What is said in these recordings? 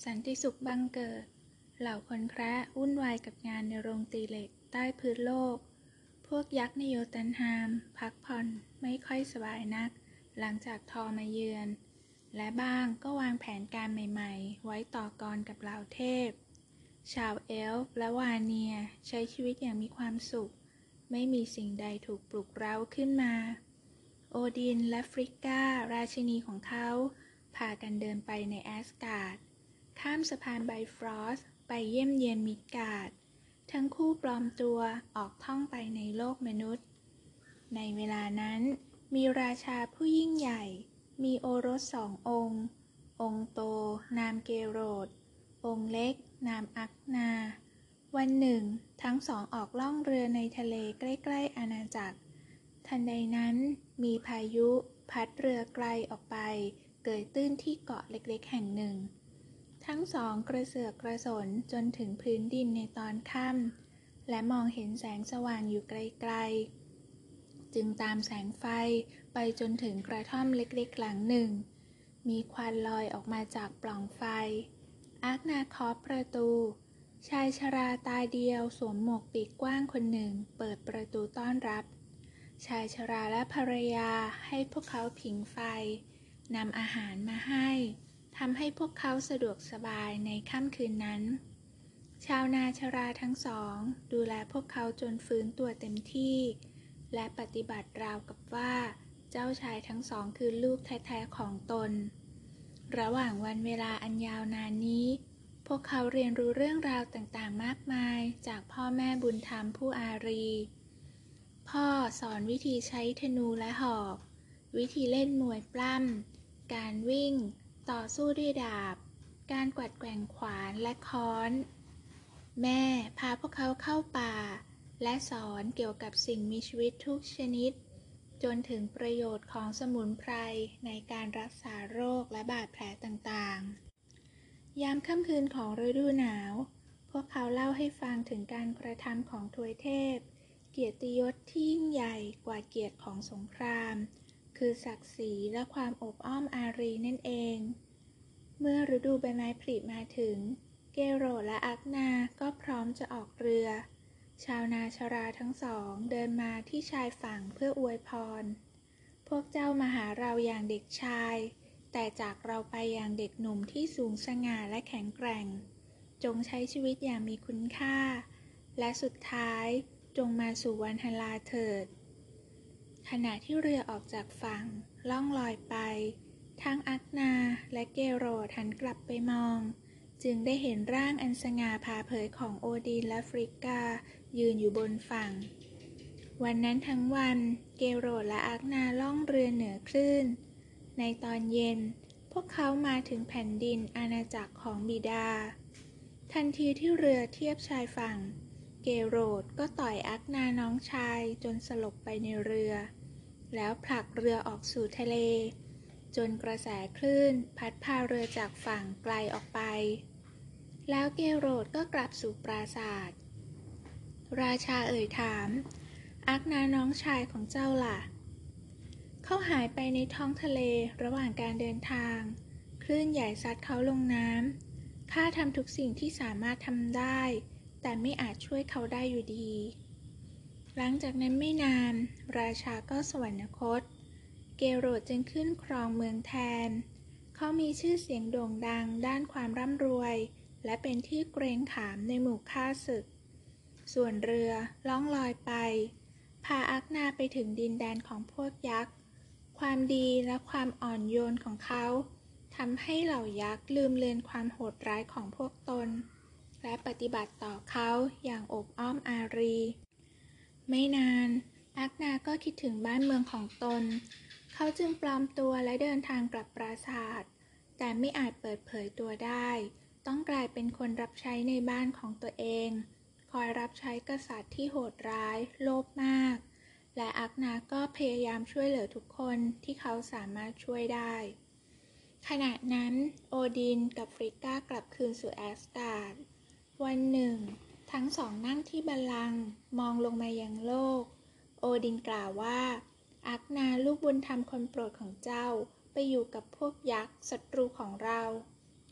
สันติสุขบังเกิดเหล่าคนแคระวุ่นวายกับงานในโรงตีเหล็กใต้พื้นโลกพวกยักษ์ในโยตันฮามพักผ่อนไม่ค่อยสบายนักหลังจากทอมาเยือนและบ้างก็วางแผนการใหม่ๆไว้ต่อกรกับเหล่าเทพชาวเอลฟ์และวาเนียใช้ชีวิตอย่างมีความสุขไม่มีสิ่งใดถูกปลุกเร้าขึ้นมาโอดินและฟริกการาชินีของเขาพากันเดินไปในแอสการ์ดข้ามสะพานไบฟรอสต์ไปเยี่ยมเยียนมิดการ์ดทั้งคู่ปลอมตัวออกท่องไปในโลกมนุษย์ในเวลานั้นมีราชาผู้ยิ่งใหญ่มีโอรส2 องค์องค์โตนามเกโรดองค์เล็กนามอักนาวันหนึ่งทั้งสองออกล่องเรือในทะเลใกล้ๆอาณาจักรทันใดนั้นมีพายุพัดเรือไกลออกไปเกยตื้นที่เกาะเล็กๆแห่งหนึ่งทั้งสองกระเสือกกระสนจนถึงพื้นดินในตอนค่ำและมองเห็นแสงสว่างอยู่ไกลๆจึงตามแสงไฟไปจนถึงกระท่อมเล็กๆหลังหนึ่งมีควันลอยออกมาจากปล่องไฟอาร์กนาเคาะประตูชายชราตาเดียวสวมหมวกปีกกว้างคนหนึ่งเปิดประตูต้อนรับชายชราและภรรยาให้พวกเขาผิงไฟนำอาหารมาให้ทำให้พวกเขาสะดวกสบายในค่ำคืนนั้นชาวนาชราทั้งสองดูแลพวกเขาจนฟื้นตัวเต็มที่และปฏิบัติราวกับว่าเจ้าชายทั้งสองคือลูกแท้ๆของตนระหว่างวันเวลาอันยาวนานนี้พวกเขาเรียนรู้เรื่องราวต่างๆมากมายจากพ่อแม่บุญธรรมผู้อารีพ่อสอนวิธีใช้ธนูและหอกวิธีเล่นมวยปล้ำการวิ่งต่อสู้ด้วยดาบการกวัดแกว่งขวานและค้อนแม่พาพวกเขาเข้าป่าและสอนเกี่ยวกับสิ่งมีชีวิตทุกชนิดจนถึงประโยชน์ของสมุนไพรในการรักษาโรคและบาดแผลต่างๆยามค่ำคืนของฤดูหนาวพวกเขาเล่าให้ฟังถึงการกระทำของทวยเทพเกียรติยศที่ยิ่งใหญ่กว่าเกียรติของสงครามคือศักดิ์ศรีและความอบอ้อมอารีนั่นเองเมื่อฤดูใบไม้ผลิมาถึงเกโรและอักนาก็พร้อมจะออกเรือชาวนาชราทั้งสองเดินมาที่ชายฝั่งเพื่ออวยพรพวกเจ้ามาหาเราอย่างเด็กชายแต่จากเราไปอย่างเด็กหนุ่มที่สูงสง่าและแข็งแกร่งจงใช้ชีวิตอย่างมีคุณค่าและสุดท้ายจงมาสู่วันฮาลาเถิดขณะที่เรือออกจากฝั่งล่องลอยไปทั้งอักนาและเกโรดหันกลับไปมองจึงได้เห็นร่างอันสง่าผ่าเผยของโอดินและฟริกกายืนอยู่บนฝั่งวันนั้นทั้งวันเกโรดและอักนาล่องเรือเหนือคลื่นในตอนเย็นพวกเขามาถึงแผ่นดินอาณาจักรของบิดาทันทีที่เรือเทียบชายฝั่งเกโรดก็ต่อยอักนาน้องชายจนสลบไปในเรือแล้วผลักเรือออกสู่ทะเลจนกระแสคลื่นพัดพาเรือจากฝั่งไกลออกไปแล้วเกโรดก็กลับสู่ปราสาทราชาเอ่ยถามอักนาน้องชายของเจ้าล่ะเขาหายไปในท้องทะเลระหว่างการเดินทางคลื่นใหญ่ซัดเขาลงน้ำข้าทำทุกสิ่งที่สามารถทำได้แต่ไม่อาจช่วยเขาได้อยู่ดีหลังจากนั้นไม่นานราชาก็สวรรคตเกโรดจึงขึ้นครองเมืองแทนเขามีชื่อเสียงโด่งดังด้านความร่ำรวยและเป็นที่เกรงขามในหมู่ข้าศึกส่วนเรือล่องลอยไปพาอักนาไปถึงดินแดนของพวกยักษ์ความดีและความอ่อนโยนของเขาทำให้เหล่ายักษ์ลืมเลือนความโหดร้ายของพวกตนและปฏิบัติต่อเขาอย่างอบอ้อมอารีไม่นานอักนาก็คิดถึงบ้านเมืองของตนเขาจึงปลอมตัวและเดินทางกลับปราสาทแต่ไม่อาจเปิดเผยตัวได้ต้องกลายเป็นคนรับใช้ในบ้านของตัวเองคอยรับใช้กษัตริย์ที่โหดร้ายโลภมากและอักนาก็พยายามช่วยเหลือทุกคนที่เขาสามารถช่วยได้ขณะนั้นโอดินกับฟริกกากลับคืนสู่แอสการ์ดวันหนึ่งทั้งสองนั่งที่บัลลังก์มองลงมายังโลกโอดินกล่าวว่าอักนาลูกบุญธรรมคนโปรดของเจ้าไปอยู่กับพวกยักษ์ศัตรูของเราข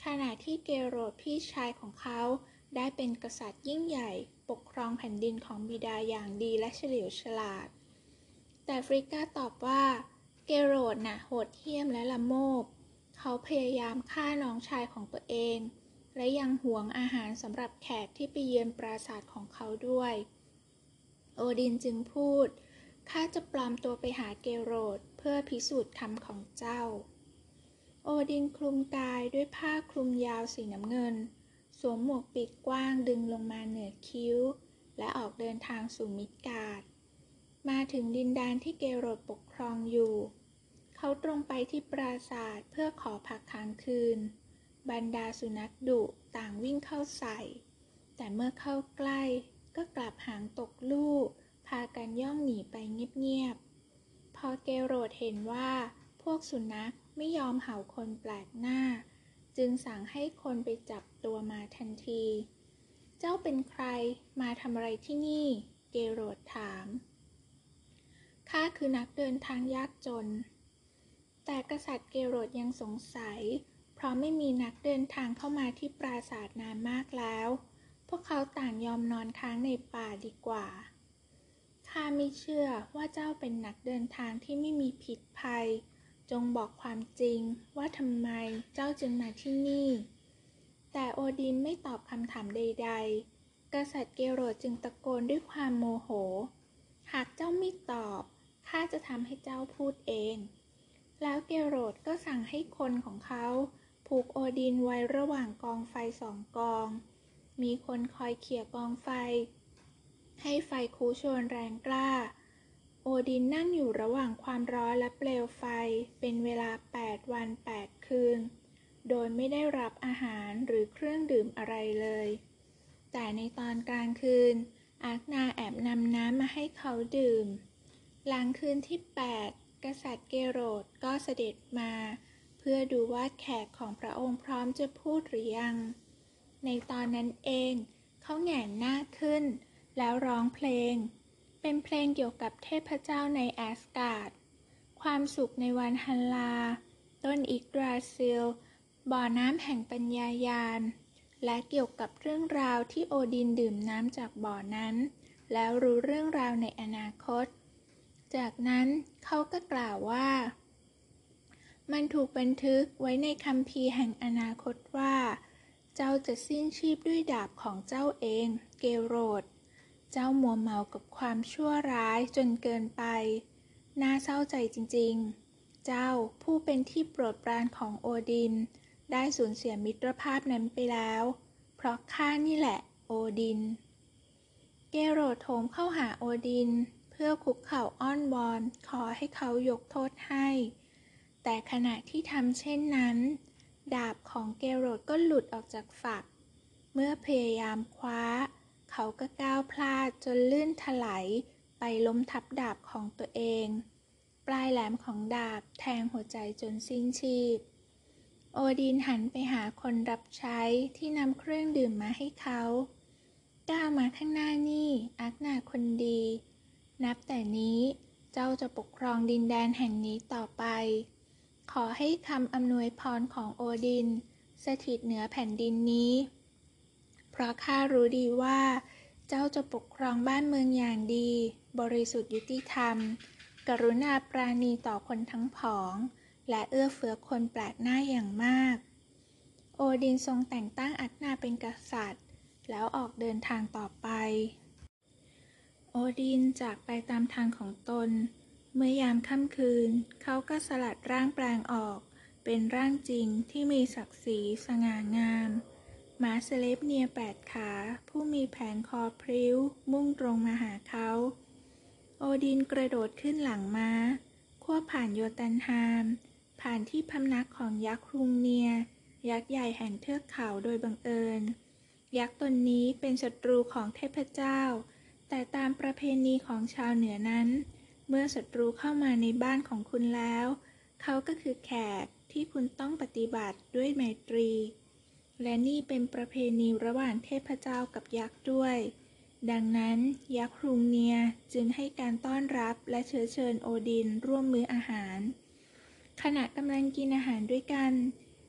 ณะที่เกโรดพี่ชายของเขาได้เป็นกษัตริย์ยิ่งใหญ่ปกครองแผ่นดินของบิดาอย่างดีและเฉลียวฉลาดแต่ฟริก้าตอบว่าเกโรดน่ะโหดเหี้ยมและละโมบเขาพยายามฆ่าน้องชายของตัวเองและยังหวงอาหารสำหรับแขกที่ไปเยือนปราสาทของเขาด้วยโอดินจึงพูดข้าจะปลอมตัวไปหาเกโรดเพื่อพิสูจน์คำของเจ้าโอดินคลุมกายด้วยผ้าคลุมยาวสีน้ำเงินสวมหมวกปีกกว้างดึงลงมาเหนือคิ้วและออกเดินทางสู่มิดการ์ดมาถึงดินแดนที่เกโรดปกครองอยู่เขาตรงไปที่ปราสาทเพื่อขอพักค้างคืนบรรดาสุนัขดุต่างวิ่งเข้าใส่แต่เมื่อเข้าใกล้ก็กลับหางตกลู่พากันย่องหนีไปเงียบๆพอเกโรดเห็นว่าพวกสุนัขไม่ยอมเห่าคนแปลกหน้าจึงสั่งให้คนไปจับตัวมาทันทีเจ้าเป็นใครมาทำอะไรที่นี่เกโรดถามข้าคือนักเดินทางยากจนแต่กษัตริย์เกโรดยังสงสัยเพราะไม่มีนักเดินทางเข้ามาที่ปราสาทนานมากแล้วพวกเขาต่างยอมนอนค้างในป่าดีกว่าข้าไม่เชื่อว่าเจ้าเป็นนักเดินทางที่ไม่มีพิษภัยจงบอกความจริงว่าทำไมเจ้าจึงมาที่นี่แต่โอดินไม่ตอบคำถามใดๆกษัตริย์เกโรดจึงตะโกนด้วยความโมโหหากเจ้าไม่ตอบข้าจะทำให้เจ้าพูดเองแล้วเกโรดก็สั่งให้คนของเขาผูกโอดินไว้ระหว่างกองไฟ2 กองมีคนคอยเขี่ยกองไฟให้ไฟคุโชนแรงกล้าโอดินนั่งอยู่ระหว่างความร้อนและเปลวไฟเป็นเวลา8 วัน 8 คืนโดยไม่ได้รับอาหารหรือเครื่องดื่มอะไรเลยแต่ในตอนกลางคืนอาร์คนาแอบนำน้ำมาให้เขาดื่มหลังคืนที่ 8กษัตริย์เกโรดก็เสด็จมาเพื่อดูว่าแขกของพระองค์พร้อมจะพูดหรือยังในตอนนั้นเองเขาแหงนหน้าขึ้นแล้วร้องเพลงเป็นเพลงเกี่ยวกับเทพเจ้าในแอสการ์ดความสุขในวันฮัลลาต้นอิกราซิลบ่อน้ำแห่งปัญญายาณและเกี่ยวกับเรื่องราวที่โอดินดื่มน้ำจากบ่อนั้นแล้วรู้เรื่องราวในอนาคตจากนั้นเขาก็กล่าวว่ามันถูกบันทึกไว้ในคัมภีร์แห่งอนาคตว่าเจ้าจะสิ้นชีพด้วยดาบของเจ้าเองเกโรดเจ้ามัวเมากับความชั่วร้ายจนเกินไปน่าเศร้าใจจริงๆเจ้าผู้เป็นที่โปรดปรานของโอดินได้สูญเสียมิตรภาพนั้นไปแล้วเพราะข้านี่แหละโอดินเกโรดโถมเข้าหาโอดินเพื่อคุกเข่าอ้อนวอนขอให้เขายกโทษให้แต่ขณะที่ทำเช่นนั้นดาบของเกโรดก็หลุดออกจากฝักเมื่อพยายามคว้าเขาก็ก้าวพลาดจนลื่นถลายไปล้มทับดาบของตัวเองปลายแหลมของดาบแทงหัวใจจนสิ้นชีพโอดินหันไปหาคนรับใช้ที่นำเครื่องดื่มมาให้เขาก้าวมาข้างหน้านี่อาร์คนาคนดีนับแต่นี้เจ้าจะปกครองดินแดนแห่งนี้ต่อไปขอให้คำอำนวยพรของโอดินสถิตเหนือแผ่นดินนี้เพราะข้ารู้ดีว่าเจ้าจะปกครองบ้านเมืองอย่างดีบริสุทธิ์ยุติธรรมกรุณาปราณีต่อคนทั้งผองและเอื้อเฟื้อคนแปลกหน้าอย่างมากโอดินทรงแต่งตั้งอาร์คนาเป็นกษัตริย์แล้วออกเดินทางต่อไปโอดินจากไปตามทางของตนเมื่อยามค่ำคืนเขาก็สลัดร่างแปลงออกเป็นร่างจริงที่มีศักดิ์ศรีสง่างามม้าเซเลปเนีย8 ขาผู้มีแผงคอพริ้วมุ่งตรงมาหาเขาโอดินกระโดดขึ้นหลังม้าควบผ่านโยตันฮามผ่านที่พำนักของยักษ์รุงเนียยักษ์ใหญ่แห่งเทือกเขาโดยบังเอิญยักษ์ตนนี้เป็นศัตรูของเทพเจ้าแต่ตามประเพณีของชาวเหนือนั้นเมื่อศัตรูเข้ามาในบ้านของคุณแล้วเขาก็คือแขกที่คุณต้องปฏิบัติด้วยไมตรีและนี่เป็นประเพณีระหว่างเทพเจ้ากับยักษ์ด้วยดังนั้นยักษ์รุงเนียจึงให้การต้อนรับและเชิญโอดินร่วมมื้ออาหารขณะกำลังกินอาหารด้วยกัน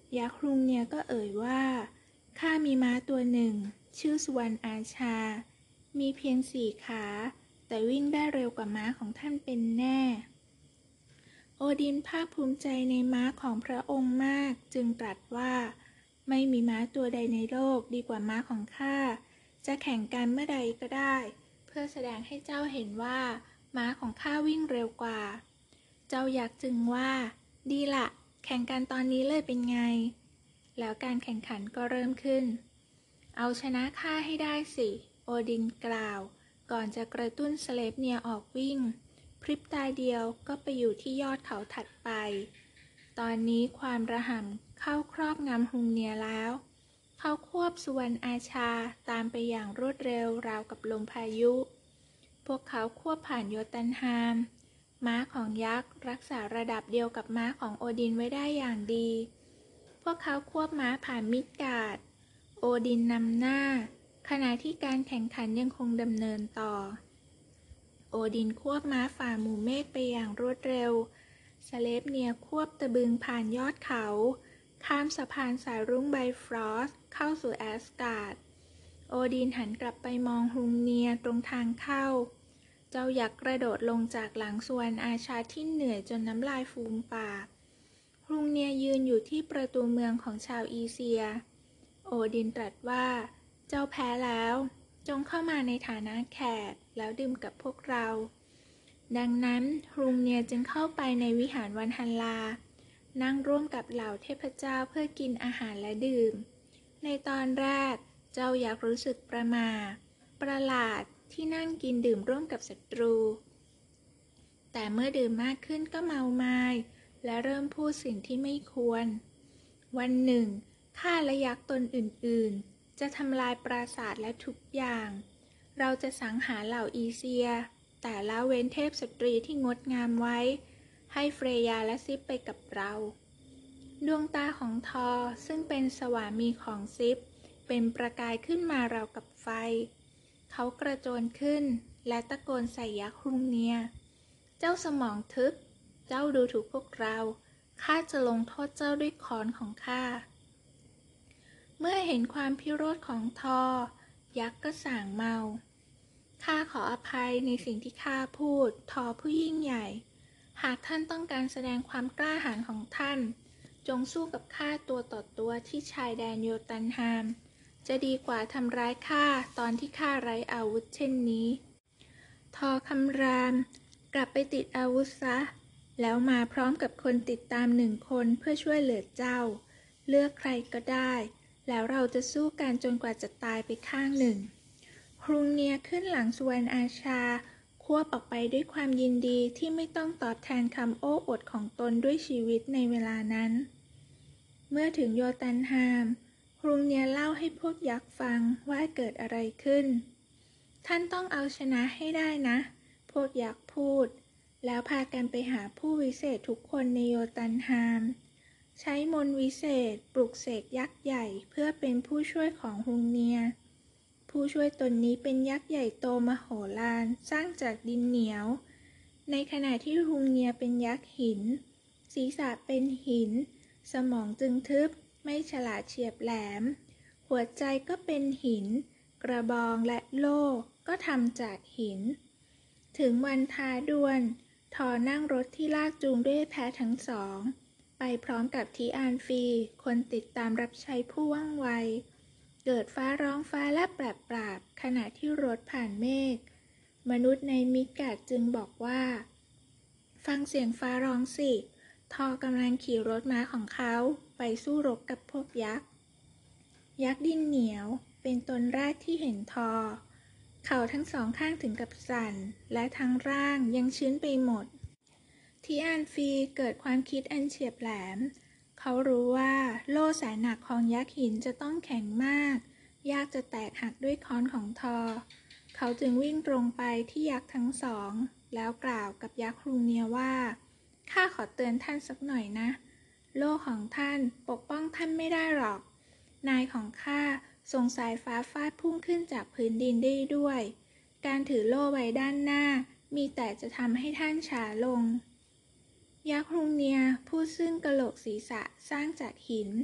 ยักษ์รุงเนียก็เอ่ยว่าข้ามีม้าตัวหนึ่งชื่อสุวรรณอาชามีเพียง4 ขาแต่วิ่งได้เร็วกว่าม้าของท่านเป็นแน่โอดินภาคภูมิใจในม้าของพระองค์มากจึงตรัสว่าไม่มีม้าตัวใดในโลกดีกว่าม้าของข้าจะแข่งกันเมื่อใดก็ได้เพื่อแสดงให้เจ้าเห็นว่าม้าของข้าวิ่งเร็วกว่าเจ้ายักษ์จึงว่าดีละแข่งกันตอนนี้เลยเป็นไงแล้วการแข่งขันก็เริ่มขึ้นเอาชนะข้าให้ได้สิโอดินกล่าวก่อนจะกระตุ้นสเลฟเนียออกวิ่งพริบตาเดียวก็ไปอยู่ที่ยอดเขาถัดไปตอนนี้ความระห่ำเข้าครอบงำฮุงเนียแล้วเขาควบสุวรรณอาชาตามไปอย่างรวดเร็วราวกับลมพายุพวกเขาควบผ่านโยตันฮามม้าของยักษ์รักษาระดับเดียวกับม้าของโอดินไว้ได้อย่างดีพวกเขาควบม้าผ่านมิดการ์ดโอดินนำหน้าขณะที่การแข่งขันยังคงดำเนินต่อโอดินควบม้าฝ่าหมู่เมฆไปอย่างรวดเร็วสเลฟเนียควบตะบึงผ่านยอดเขาข้ามสะพานสายรุ้งไบฟรอสต์เข้าสู่แอสการ์ดโอดินหันกลับไปมองฮุงเนียตรงทางเข้าเจ้ายักษ์กระโดดลงจากหลังสุวรรณอาชาที่เหนื่อยจนน้ำลายฟูมปากฮุงเนียยืนอยู่ที่ประตูเมืองของชาวอีเซียโอดินตรัสว่าเจ้าแพ้แล้วจงเข้ามาในฐานะแขกแล้วดื่มกับพวกเราดังนั้นฮุงเนียจึงเข้าไปในวิหารวันฮันลานั่งร่วมกับเหล่าเทพเจ้าเพื่อกินอาหารและดื่มในตอนแรกเจ้ายักษ์รู้สึกประหม่าประหลาดที่นั่งกินดื่มร่วมกับศัตรูแต่เมื่อดื่มมากขึ้นก็เมามายและเริ่มพูดสิ่งที่ไม่ควรวันหนึ่งข้าและยักษ์ตนอื่นๆจะทำลายปราสาทและทุกอย่างเราจะสังหารเหล่าอีเซียแต่ละเว้นเทพสตรีที่งดงามไว้ให้เฟรยาและซิปไปกับเราดวงตาของทอซึ่งเป็นสวามีของซิปเป็นประกายขึ้นมาราวกับไฟเขากระโจนขึ้นและตะโกนใส่ยักษ์ฮุงเนียเจ้าสมองทึบเจ้าดูถูกพวกเราข้าจะลงโทษเจ้าด้วยค้อนของข้าเมื่อเห็นความพิโรธของทอยักษ์ก็ส่างเมาข้าขออภัยในสิ่งที่ข้าพูดทอผู้ยิ่งใหญ่หากท่านต้องการแสดงความกล้าหาญของท่านจงสู้กับข้าตัวต่อตัวที่ชายแดนโยตันฮามจะดีกว่าทำร้ายข้าตอนที่ข้าไร้อาวุธเช่นนี้ทอคำรามกลับไปติดอาวุธซะแล้วมาพร้อมกับคนติดตาม1 คนเพื่อช่วยเหลือเจ้าเลือกใครก็ได้แล้วเราจะสู้กันจนกว่าจะตายไปข้างหนึ่งฮุงเนียขึ้นหลังสุวรรณอาชาควบออกไปด้วยความยินดีที่ไม่ต้องตอบแทนคำโอ้อวดของตนด้วยชีวิตในเวลานั้นเมื่อถึงโยตันฮามฮุงเนียเล่าให้พวกยักษ์ฟังว่าเกิดอะไรขึ้นท่านต้องเอาชนะให้ได้นะพวกยักษ์พูดแล้วพากันไปหาผู้วิเศษทุกคนในโยตันฮามใช้มนต์วิเศษปลุกเสกยักษ์ใหญ่เพื่อเป็นผู้ช่วยของฮุงเนียผู้ช่วยตนนี้เป็นยักษ์ใหญ่โตมโหฬารสร้างจากดินเหนียวในขณะที่ฮุงเนียเป็นยักษ์หินศีรษะเป็นหินสมองจึงทึบไม่ฉลาดเฉียบแหลมหัวใจก็เป็นหินกระบองและโล่ก็ทำจากหินถึงวันท้าดวลทอนั่งรถที่ลากจูงด้วยแพะทั้งสองไปพร้อมกับทีอานฟีคนติดตามรับใช้ผู้ว่องไวเกิดฟ้าร้องฟ้าและแปรปราบขณะที่รถผ่านเมฆมนุษย์ในมิดการ์ดจึงบอกว่าฟังเสียงฟ้าร้องสิทอกำลังขี่รถม้าของเขาไปสู้รบกับพวกยักษ์ดินเหนียวเป็นตนแรกที่เห็นทอเขาทั้งสองข้างถึงกับสั่นและทั้งร่างยังชื้นไปหมดทีอานฟีเกิดความคิดอันเฉียบแหลมเขารู้ว่าโล่แสนหนักของยักษ์หินจะต้องแข็งมากยากจะแตกหักด้วยค้อนของทอเขาจึงวิ่งตรงไปที่ยักษ์ทั้งสองแล้วกล่าวกับยักษ์ฮุงเนียว่าข้าขอเตือนท่านสักหน่อยนะโล่ของท่านปกป้องท่านไม่ได้หรอกนายของข้าส่งสายฟ้าฟาดพุ่งขึ้นจากพื้นดินได้ด้วยการถือโล่ไว้ด้านหน้ามีแต่จะทำให้ท่านช้าลงยักษ์ฮุงเนียผู้ซึ่งกะโหลกศีรษะสร้างจากหิน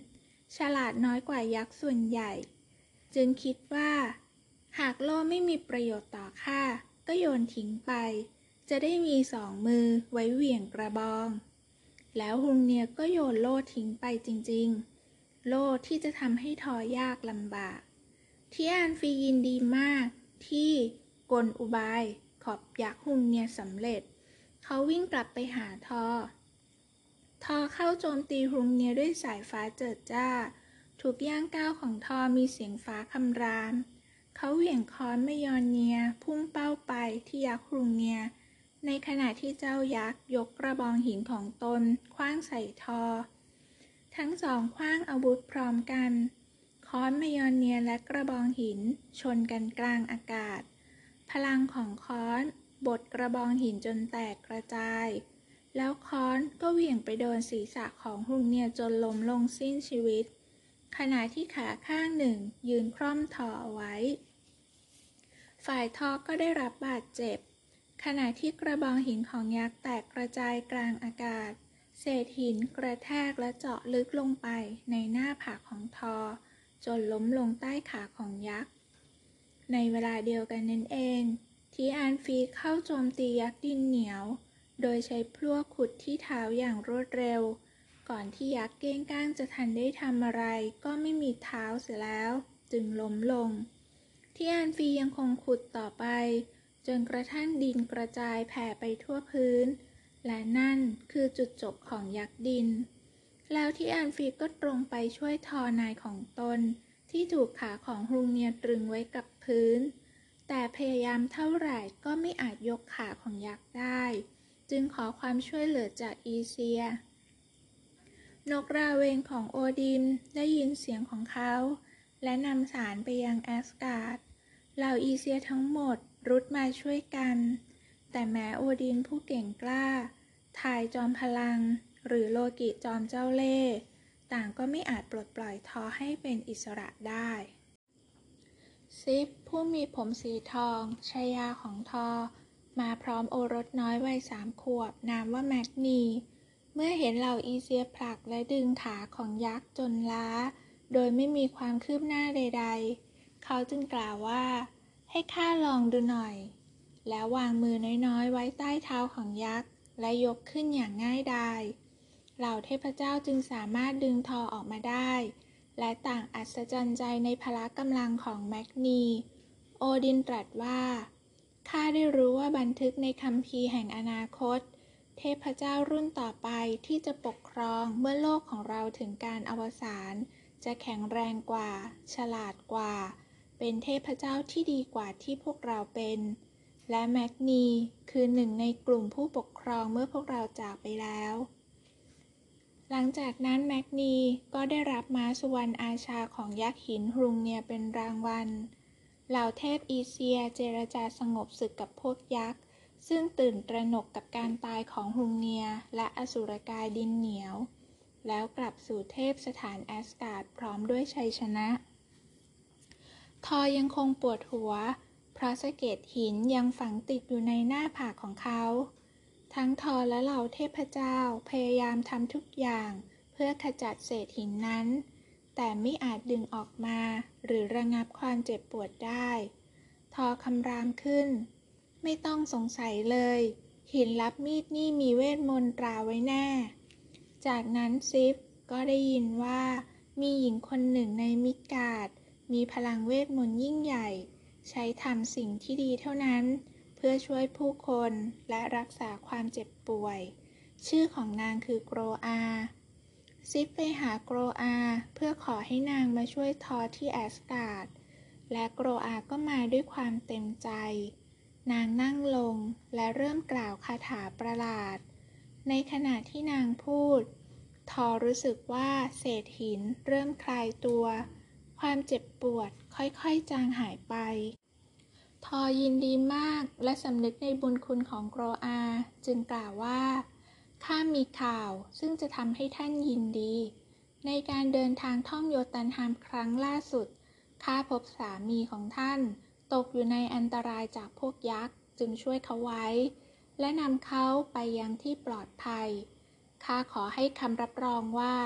ฉลาดน้อยกว่ายักษ์ส่วนใหญ่ จึงคิดว่าหากโล่ไม่มีประโยชน์ต่อข้าก็โยนทิ้งไปจะได้มีสองมือไว้เหวี่ยงกระบองแล้วฮุงเนียก็โยนโล่ทิ้งไปจริงๆโล่ที่จะทำให้ทอยากลำบากที่อานฟียินดีมากที่กลอุบายขอบยักษ์ฮุงเนียสำเร็จเขาวิ่งกลับไปหาทอเข้าโจมตีฮุงเนียด้วยสายฟ้าเจิดจ้าทุกย่างก้าวของทอมีเสียงฟ้าคำรามเขาเหวี่ยงค้อนมายอนเนียพุ่งเป้าไปที่ยักษ์ฮุงเนียในขณะที่เจ้ายักษ์ยกกระบองหินของตนขว้างใส่ทอทั้งสองขว้างอาวุธพร้อมกันค้อนมายอนเนียและกระบองหินชนกันกลางอากาศพลังของค้อนบดกระบองหินจนแตกกระจายแล้วค้อนก็เหวี่ยงไปโดนศีรษะของฮุงเนียจนล้มลงสิ้นชีวิตขณะที่ขาข้างหนึ่งยืนคร่อมทอเอาไว้ฝ่ายทอก็ได้รับบาดเจ็บขณะที่กระบองหินของยักษ์แตกกระจายกลางอากาศเศษหินกระแทกและเจาะลึกลงไปในหน้าผากของทอจนล้มลงใต้ขาของยักษ์ในเวลาเดียวกันนั่นเองที่อานฟีเข้าโจมตียักษ์ดินเหนียวโดยใช้พลั่วขุดที่เท้าอย่างรวดเร็วก่อนที่ยักษ์เก้งก้างจะทันได้ทำอะไรก็ไม่มีเท้าเสียแล้วจึงล้มลงที่อานฟียังคงขุดต่อไปจนกระทั่งดินกระจายแผ่ไปทั่วพื้นและนั่นคือจุดจบของยักษ์ดินแล้วที่อานฟีก็ตรงไปช่วยทอนายของตนที่ถูกขาของฮุงเนียตรึงไว้กับพื้นแต่พยายามเท่าไหร่ก็ไม่อาจยกขาของยักษ์ได้จึงขอความช่วยเหลือจากอีเซียนกราเวงของโอดินได้ยินเสียงของเขาและนำสารไปยังแอสการ์ดเหล่าอีเซียทั้งหมดรุดมาช่วยกันแต่แม้โอดินผู้เก่งกล้าทายจอมพลังหรือโลกิจอมเจ้าเล่ห์ต่างก็ไม่อาจปลดปล่อยทอให้เป็นอิสระได้ซิฟผู้มีผมสีทองชายาของทอมาพร้อมโอรสน้อยวัย3 ขวบนามว่าแมกนีเมื่อเห็นเหล่าอีเซียผลักและดึงขาของยักษ์จนล้าโดยไม่มีความคืบหน้าใดๆเขาจึงกล่าวว่าให้ข้าลองดูหน่อยแล้ววางมือน้อยๆไว้ใต้เท้าของยักษ์และยกขึ้นอย่างง่ายดายเหล่าเทพเจ้าจึงสามารถดึงทอออกมาได้และต่างอัศจรรย์ใจในพละกำลังของแมกนีโอดินตรัสว่าข้าได้รู้ว่าบันทึกในคัมภีร์แห่งอนาคตเทพเจ้ารุ่นต่อไปที่จะปกครองเมื่อโลกของเราถึงการอวสานจะแข็งแรงกว่าฉลาดกว่าเป็นเทพเจ้าที่ดีกว่าที่พวกเราเป็นและแมกนีคือหนึ่งในกลุ่มผู้ปกครองเมื่อพวกเราจากไปแล้วหลังจากนั้นแมกนีก็ได้รับม้าสุวรรณอาชาของยักษ์หินฮุงเนียเป็นรางวัลเหล่าเทพอีเซียเจรจาสงบศึกกับพวกยักษ์ซึ่งตื่นตระหนกกับการตายของฮุงเนียและอสูรกายดินเหนียวแล้วกลับสู่เทพสถานแอสการ์ดพร้อมด้วยชัยชนะทอยังคงปวดหัวเพราะสะเก็ดหินยังฝังติดอยู่ในหน้าผากของเขาทั้งทอและเหล่าเทพเจ้าพยายามทำทุกอย่างเพื่อขจัดเศษหินนั้นแต่ไม่อาจดึงออกมาหรือระงับความเจ็บปวดได้ทอคำรามขึ้นไม่ต้องสงสัยเลยหินลับมีดนี่มีเวทมนต์ตราไว้แน่จากนั้นซิฟก็ได้ยินว่ามีหญิงคนหนึ่งในมิดการ์ดมีพลังเวทมนต์ยิ่งใหญ่ใช้ทำสิ่งที่ดีเท่านั้นเพื่อช่วยผู้คนและรักษาความเจ็บป่วยชื่อของนางคือโกรอาซิฟไปหาโกรอาเพื่อขอให้นางมาช่วยทอที่แอสการ์ดและโกรอาก็มาด้วยความเต็มใจนางนั่งลงและเริ่มกล่าวคาถาประหลาดในขณะที่นางพูดทอรู้สึกว่าเศษหินเริ่มคลายตัวความเจ็บปวดค่อยๆจางหายไปทอยินดีมากและสำนึกในบุญคุณของโกรอาจึงกล่าวว่าข้ามีข่าวซึ่งจะทำให้ท่านยินดีในการเดินทางท่องโยตันฮามครั้งล่าสุดข้าพบสามีของท่านตกอยู่ในอันตรายจากพวกยักษ์จึงช่วยเขาไว้และนำเขาไปยังที่ปลอดภัยข้าขอให้คำรับรองว่า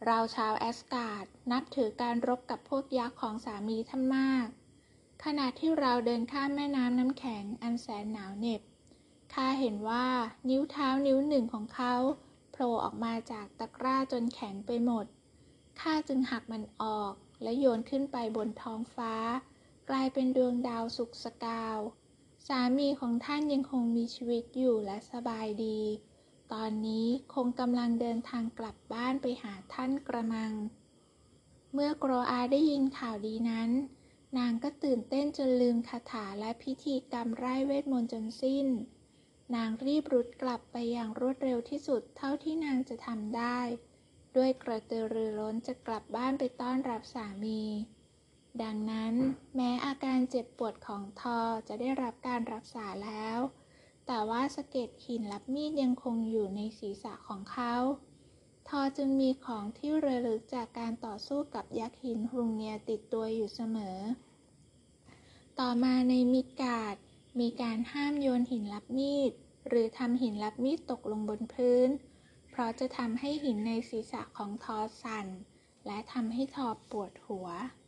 เราชาวแอสการ์ดนับถือการรบกับพวกยักษ์ของสามีท่านมากขณะที่เราเดินข้ามแม่น้ำน้ำแข็งอันแสนหนาวเหน็บข้าเห็นว่านิ้วเท้านิ้วหนึ่งของเขาโผล่ออกมาจากตะกร้าจนแข็งไปหมดข้าจึงหักมันออกและโยนขึ้นไปบนท้องฟ้ากลายเป็นดวงดาวสุกสกาวสามีของท่านยังคงมีชีวิตอยู่และสบายดีตอนนี้คงกำลังเดินทางกลับบ้านไปหาท่านกระมังเมื่อโกรอาได้ยินข่าวดีนั้นนางก็ตื่นเต้นจนลืมคาถาและพิธีกรรมไร้เวทมนต์จนสิ้นนางรีบรุดกลับไปอย่างรวดเร็วที่สุดเท่าที่นางจะทำได้ด้วยกระตือรือร้นจะกลับบ้านไปต้อนรับสามีดังนั้นแม้อาการเจ็บปวดของทอจะได้รับการรักษาแล้วแต่ว่าสะเก็ดหินรับมีดยังคงอยู่ในศีรษะของเขาทอจึงมีของที่ระลึกจากการต่อสู้กับยักษ์หินฮุงเนียติดตัวอยู่เสมอต่อมาในมิดการ์ดมีการห้ามโยนหินรับมีดหรือทำหินรับมีดตกลงบนพื้นเพราะจะทำให้หินในศีรษะของทอสั่นและทำให้ทอปวดหัว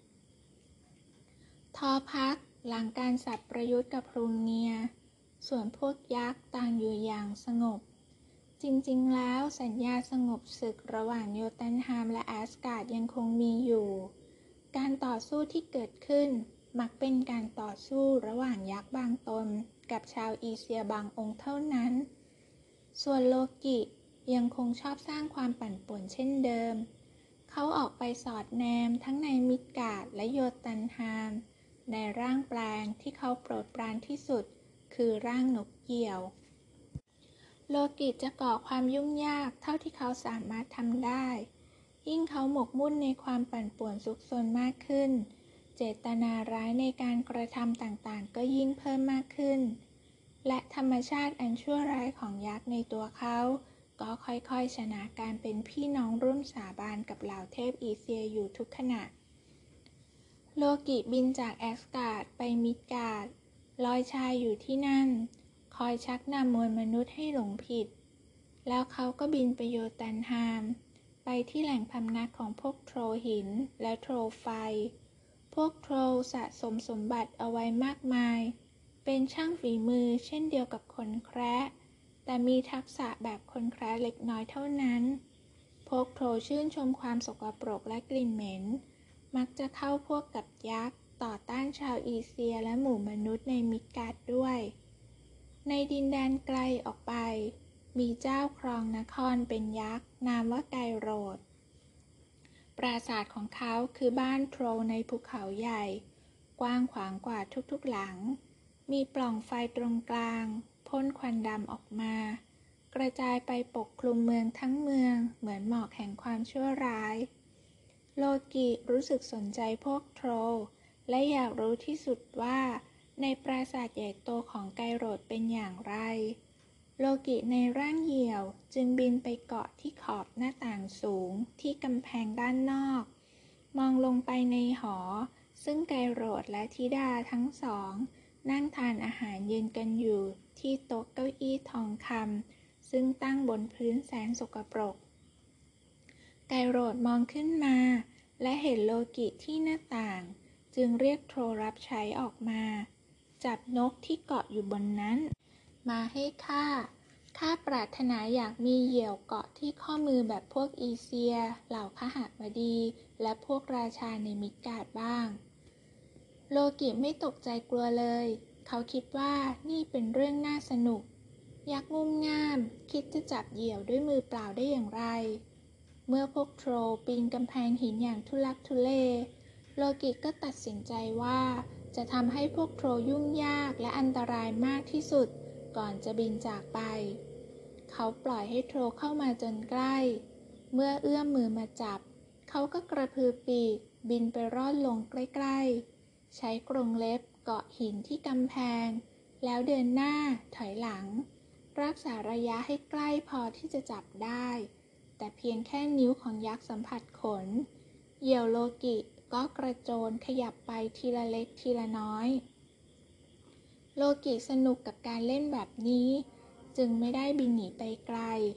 ทอพักหลังการสับประยุทธ์กับฮุงเนียส่วนพวกยักษ์ต่างอยู่อย่างสงบจริงๆแล้วสัญญาสงบศึกระหว่างโยตันฮามและแอสการ์ดยังคงมีอยู่การต่อสู้ที่เกิดขึ้นมักเป็นการต่อสู้ระหว่างยักษ์บางตนกับชาวอีเซียบางองค์เท่านั้นส่วนโลกิยังคงชอบสร้างความปั่นป่วนเช่นเดิมเขาออกไปสอดแนมทั้งในมิดการ์ดและโยตันฮามในร่างแปลงที่เขาโปรดปรานที่สุดคือร่างนกเหยี่ยวโลกิจะก่อความยุ่งยากเท่าที่เขาสามารถทำได้ยิ่งเขาหมกมุ่นในความปั่นป่วนซุกซนมากขึ้นเจตนาร้ายในการกระทำต่างๆก็ยิ่งเพิ่มมากขึ้นและธรรมชาติอันชั่วร้ายของยักษ์ในตัวเขาก็ค่อยๆชนะการเป็นพี่น้องร่วมสาบานกับเหล่าเทพอีเซียอยู่ทุกขณะโลกิบินจากแอสการ์ดไปมิดการ์ดลอยชายอยู่ที่นั่นคอยชักนำมวลมนุษย์ให้หลงผิดแล้วเขาก็บินไปโยตันฮามไปที่แหล่งพำนักของพวกโทรหินและโทรไฟพวกโทรสะสมสมบัติเอาไว้มากมายเป็นช่างฝีมือเช่นเดียวกับคนแคระแต่มีทักษะแบบคนแคระเล็กน้อยเท่านั้นพวกโทรชื่นชมความสกปรกและกลิ่นเหม็นมักจะเข้าพวกกับยักษ์ต่อต้านชาวอีเซียและหมู่มนุษย์ในมิดการ์ดด้วยในดินแดนไกลออกไปมีเจ้าครองนครเป็นยักษ์นามว่าไกโรธปราสาทของเขาคือบ้านโทรในภูเขาใหญ่กว้างขวางกว่าทุกๆหลังมีปล่องไฟตรงกลางพ่นควันดำออกมากระจายไปปกคลุมเมืองทั้งเมืองเหมือนหมอกแห่งความชั่วร้ายโลกิรู้สึกสนใจพวกโทรและอยากรู้ที่สุดว่าในปราสาทใหญ่โตของไกโรธเป็นอย่างไรโลกิในร่างเหยี่ยวจึงบินไปเกาะที่ขอบหน้าต่างสูงที่กำแพงด้านนอกมองลงไปในหอซึ่งไกโรธและธิดาทั้งสองนั่งทานอาหารเย็นกันอยู่ที่โต๊ะเก้าอี้ทองคำซึ่งตั้งบนพื้นแสนสกปรกไกโรธมองขึ้นมาและเห็นโลกิที่หน้าต่างจึงเรียกโทรรับใช้ออกมาจับนกที่เกาะอยู่บนนั้นมาให้ข้าปรารถนาอยากมีเหยี่ยวเกาะที่ข้อมือแบบพวกอีเซียเหล่าขหบดีและพวกราชาในมิดการ์ดบ้างโลกิไม่ตกใจกลัวเลยเขาคิดว่านี่เป็นเรื่องน่าสนุกยักษ์งุ่มง่ามคิดจะจับเหยี่ยวด้วยมือเปล่าได้อย่างไรเมื่อพวกโทรปีนกำแพงหินอย่างทุลักทุเลโลกิก็ตัดสินใจว่าจะทำให้พวกโทรยุ่งยากและอันตรายมากที่สุดก่อนจะบินจากไปเขาปล่อยให้โทรเข้ามาจนใกล้เมื่อเอื้อมมือมาจับเขาก็กระพือปีกบินไปรอดลงใกล้ๆใช้กรงเล็บเกาะหินที่กำแพงแล้วเดินหน้าถอยหลังรักษาระยะให้ใกล้พอที่จะจับได้แต่เพียงแค่นิ้วของยักษ์สัมผัสขนเหยี่ยวโลกิก็กระโจนขยับไปทีละเล็กทีละน้อยโลกิสนุกกับการเล่นแบบนี้จึงไม่ได้บินหนีไปไกล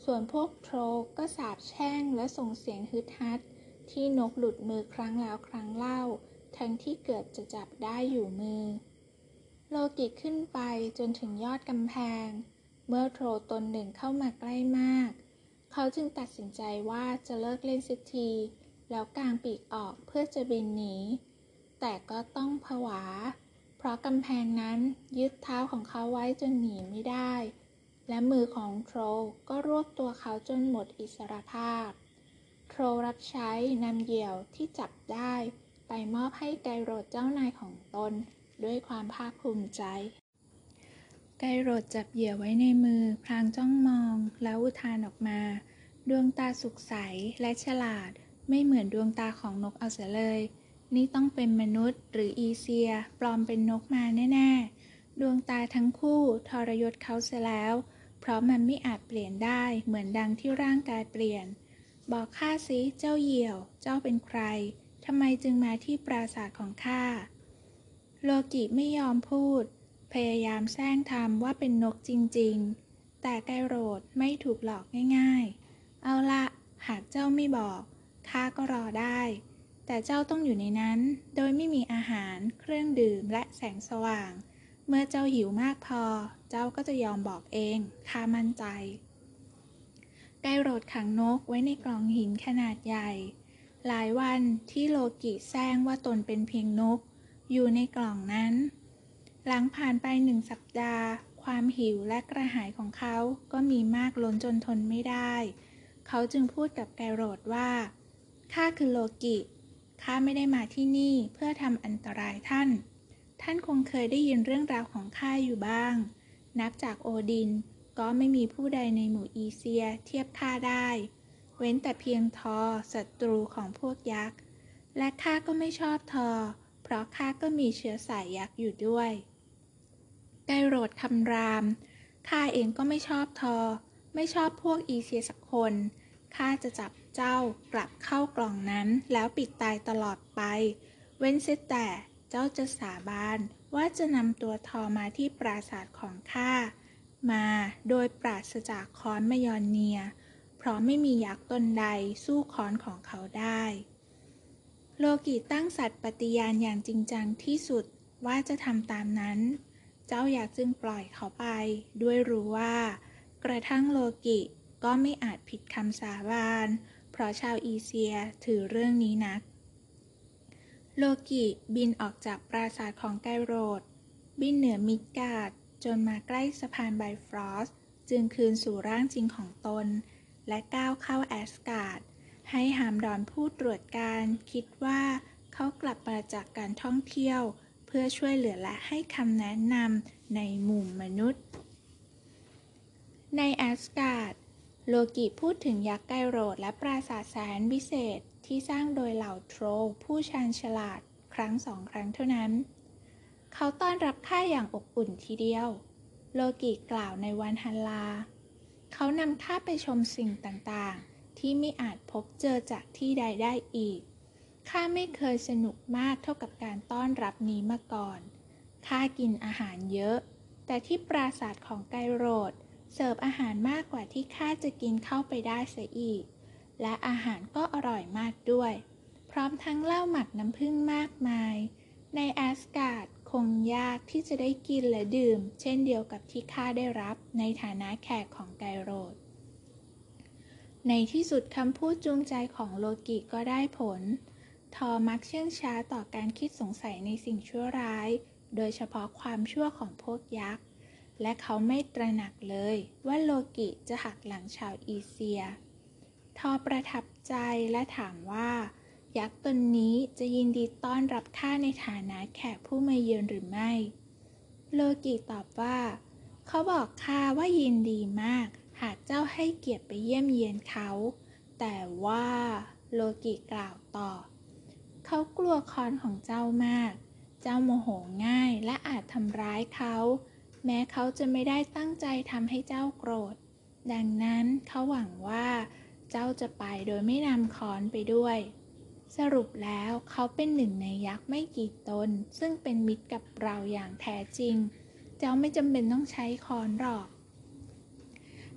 ส่วนพวกโทรก็สาปแช่งและส่งเสียงฮึดฮัดที่นกหลุดมือครั้งแล้วครั้งเล่าทั้งที่เกือบจะจับได้อยู่มือโลกิขึ้นไปจนถึงยอดกำแพงเมื่อโทรตนหนึ่งเข้ามาใกล้มากเขาจึงตัดสินใจว่าจะเลิกเล่นเสียทีแล้วกางปีกออกเพื่อจะบินหนีแต่ก็ต้องผวาเพราะกำแพงนั้นยึดเท้าของเขาไว้จนหนีไม่ได้และมือของโทรก็รวบตัวเขาจนหมดอิสรภาพโทรรับใช้นำเหยี่ยวที่จับได้ไปมอบให้ไกโรดเจ้านายของตนด้วยความภาคภูมิใจไกโรดจับเหยี่ยวไว้ในมือพลางจ้องมองแล้วอุทานออกมาดวงตาสุขใสและฉลาดไม่เหมือนดวงตาของนกเอาเสียเลยนี่ต้องเป็นมนุษย์หรืออีเซียปลอมเป็นนกมาแน่ๆดวงตาทั้งคู่ทรยศเขาเสียแล้วเพราะมันไม่อาจเปลี่ยนได้เหมือนดังที่ร่างกายเปลี่ยนบอกข้าสิเจ้าเหยี่ยวเจ้าเป็นใครทำไมจึงมาที่ปราสาทของข้าโลกิไม่ยอมพูดพยายามแซงทำว่าเป็นนกจริงๆแต่ไกโรดไม่ถูกหลอกง่ายๆเอาละหากเจ้าไม่บอกข้าก็รอได้แต่เจ้าต้องอยู่ในนั้นโดยไม่มีอาหารเครื่องดื่มและแสงสว่างเมื่อเจ้าหิวมากพอเจ้าก็จะยอมบอกเองข้ามั่นใจไกโรดขังนกไว้ในกล่องหินขนาดใหญ่หลายวันที่โลกิแซงว่าตนเป็นเพียงนกอยู่ในกล่องนั้นหลังผ่านไป1 สัปดาห์ความหิวและกระหายของเขาก็มีมากล้นจนทนไม่ได้เขาจึงพูดกับไกโรดว่าข้าคือโลกิข้าไม่ได้มาที่นี่เพื่อทำอันตรายท่านคงเคยได้ยินเรื่องราวของข้าอยู่บ้างนับจากโอดินก็ไม่มีผู้ใดในหมู่อีเซียเทียบข้าได้เว้นแต่เพียงทอศัตรูของพวกยักษ์และข้าก็ไม่ชอบทอเพราะข้าก็มีเชื้อสายยักษ์อยู่ด้วยไกโรดคำรามข้าเองก็ไม่ชอบทอไม่ชอบพวกอีเซียสักคนข้าจะจับเจ้ากลับเข้ากล่องนั้นแล้วปิดตายตลอดไปเว้นเสียแต่เจ้าจะสาบานว่าจะนำตัวทอมาที่ปราสาทของข้ามาโดยปราศจากค้อนมยอนเนียเพราะไม่มียักษ์ตนใดสู้ค้อนของเขาได้โลกิตั้งสัตย์ปฏิญาณอย่างจริงจังที่สุดว่าจะทำตามนั้นเจ้าอยากจึงปล่อยเขาไปด้วยรู้ว่ากระทั่งโลกิก็ไม่อาจผิดคำสาบานเพราะชาวอีเซียถือเรื่องนี้นักโลกิบินออกจากปราสาทของไกโรดบินเหนือมิดการ์ดจนมาใกล้สะพานไบฟรอสต์จึงคืนสู่ร่างจริงของตนและก้าวเข้าแอสการ์ดให้หามดอนผู้ตรวจการคิดว่าเขากลับมาจากการท่องเที่ยวเพื่อช่วยเหลือและให้คำแนะนำในหมู่มนุษย์ในแอสการ์ดโลกิพูดถึงยักษ์ไกโรดและปราสาทแสนวิเศษที่สร้างโดยเหล่าโทรผู้ชาญฉลาดครั้ง2 ครั้งเท่านั้นเขาต้อนรับข้าอย่างอบอุ่นทีเดียวโลกิกล่าวในวันฮันลาเขานำข้าไปชมสิ่งต่างๆที่ไม่อาจพบเจอจากที่ใดได้อีกข้าไม่เคยสนุกมากเท่ากับการต้อนรับนี้มาก่อนข้ากินอาหารเยอะแต่ที่ปราสาทของไกโรดเสิร์ฟอาหารมากกว่าที่ข้าจะกินเข้าไปได้เสียอีกและอาหารก็อร่อยมากด้วยพร้อมทั้งเหล้าหมักน้ำผึ้งมากมายในแอสการ์ดคงยากที่จะได้กินและดื่มเช่นเดียวกับที่ข้าได้รับในฐานะแขกของไกโรดในที่สุดคำพูดจูงใจของโลกิก็ได้ผลทอมักเชื่องช้าต่อการคิดสงสัยในสิ่งชั่วร้ายโดยเฉพาะความชั่วของพวกยักษ์และเขาไม่ตระหนักเลยว่าโลกิจะหักหลังชาวอีเซียทอประทับใจและถามว่ายักษ์ตนนี้จะยินดีต้อนรับข้าในฐานะแขกผู้มาเยือนหรือไม่โลกิตอบว่าเขาบอกข้าว่ายินดีมากหากเจ้าให้เกียรติไปเยี่ยมเยียนเขาแต่ว่าโลกิกล่าวต่อเขากลัวค้อนของเจ้ามากเจ้าโมโหง่ายและอาจทำร้ายเขาแม้เขาจะไม่ได้ตั้งใจทำให้เจ้าโกรธดังนั้นเขาหวังว่าเจ้าจะไปโดยไม่นำค้อนไปด้วยสรุปแล้วเขาเป็นหนึ่งในยักษ์ไม่กี่ตนซึ่งเป็นมิตรกับเราอย่างแท้จริงเจ้าไม่จำเป็นต้องใช้ค้อนหรอก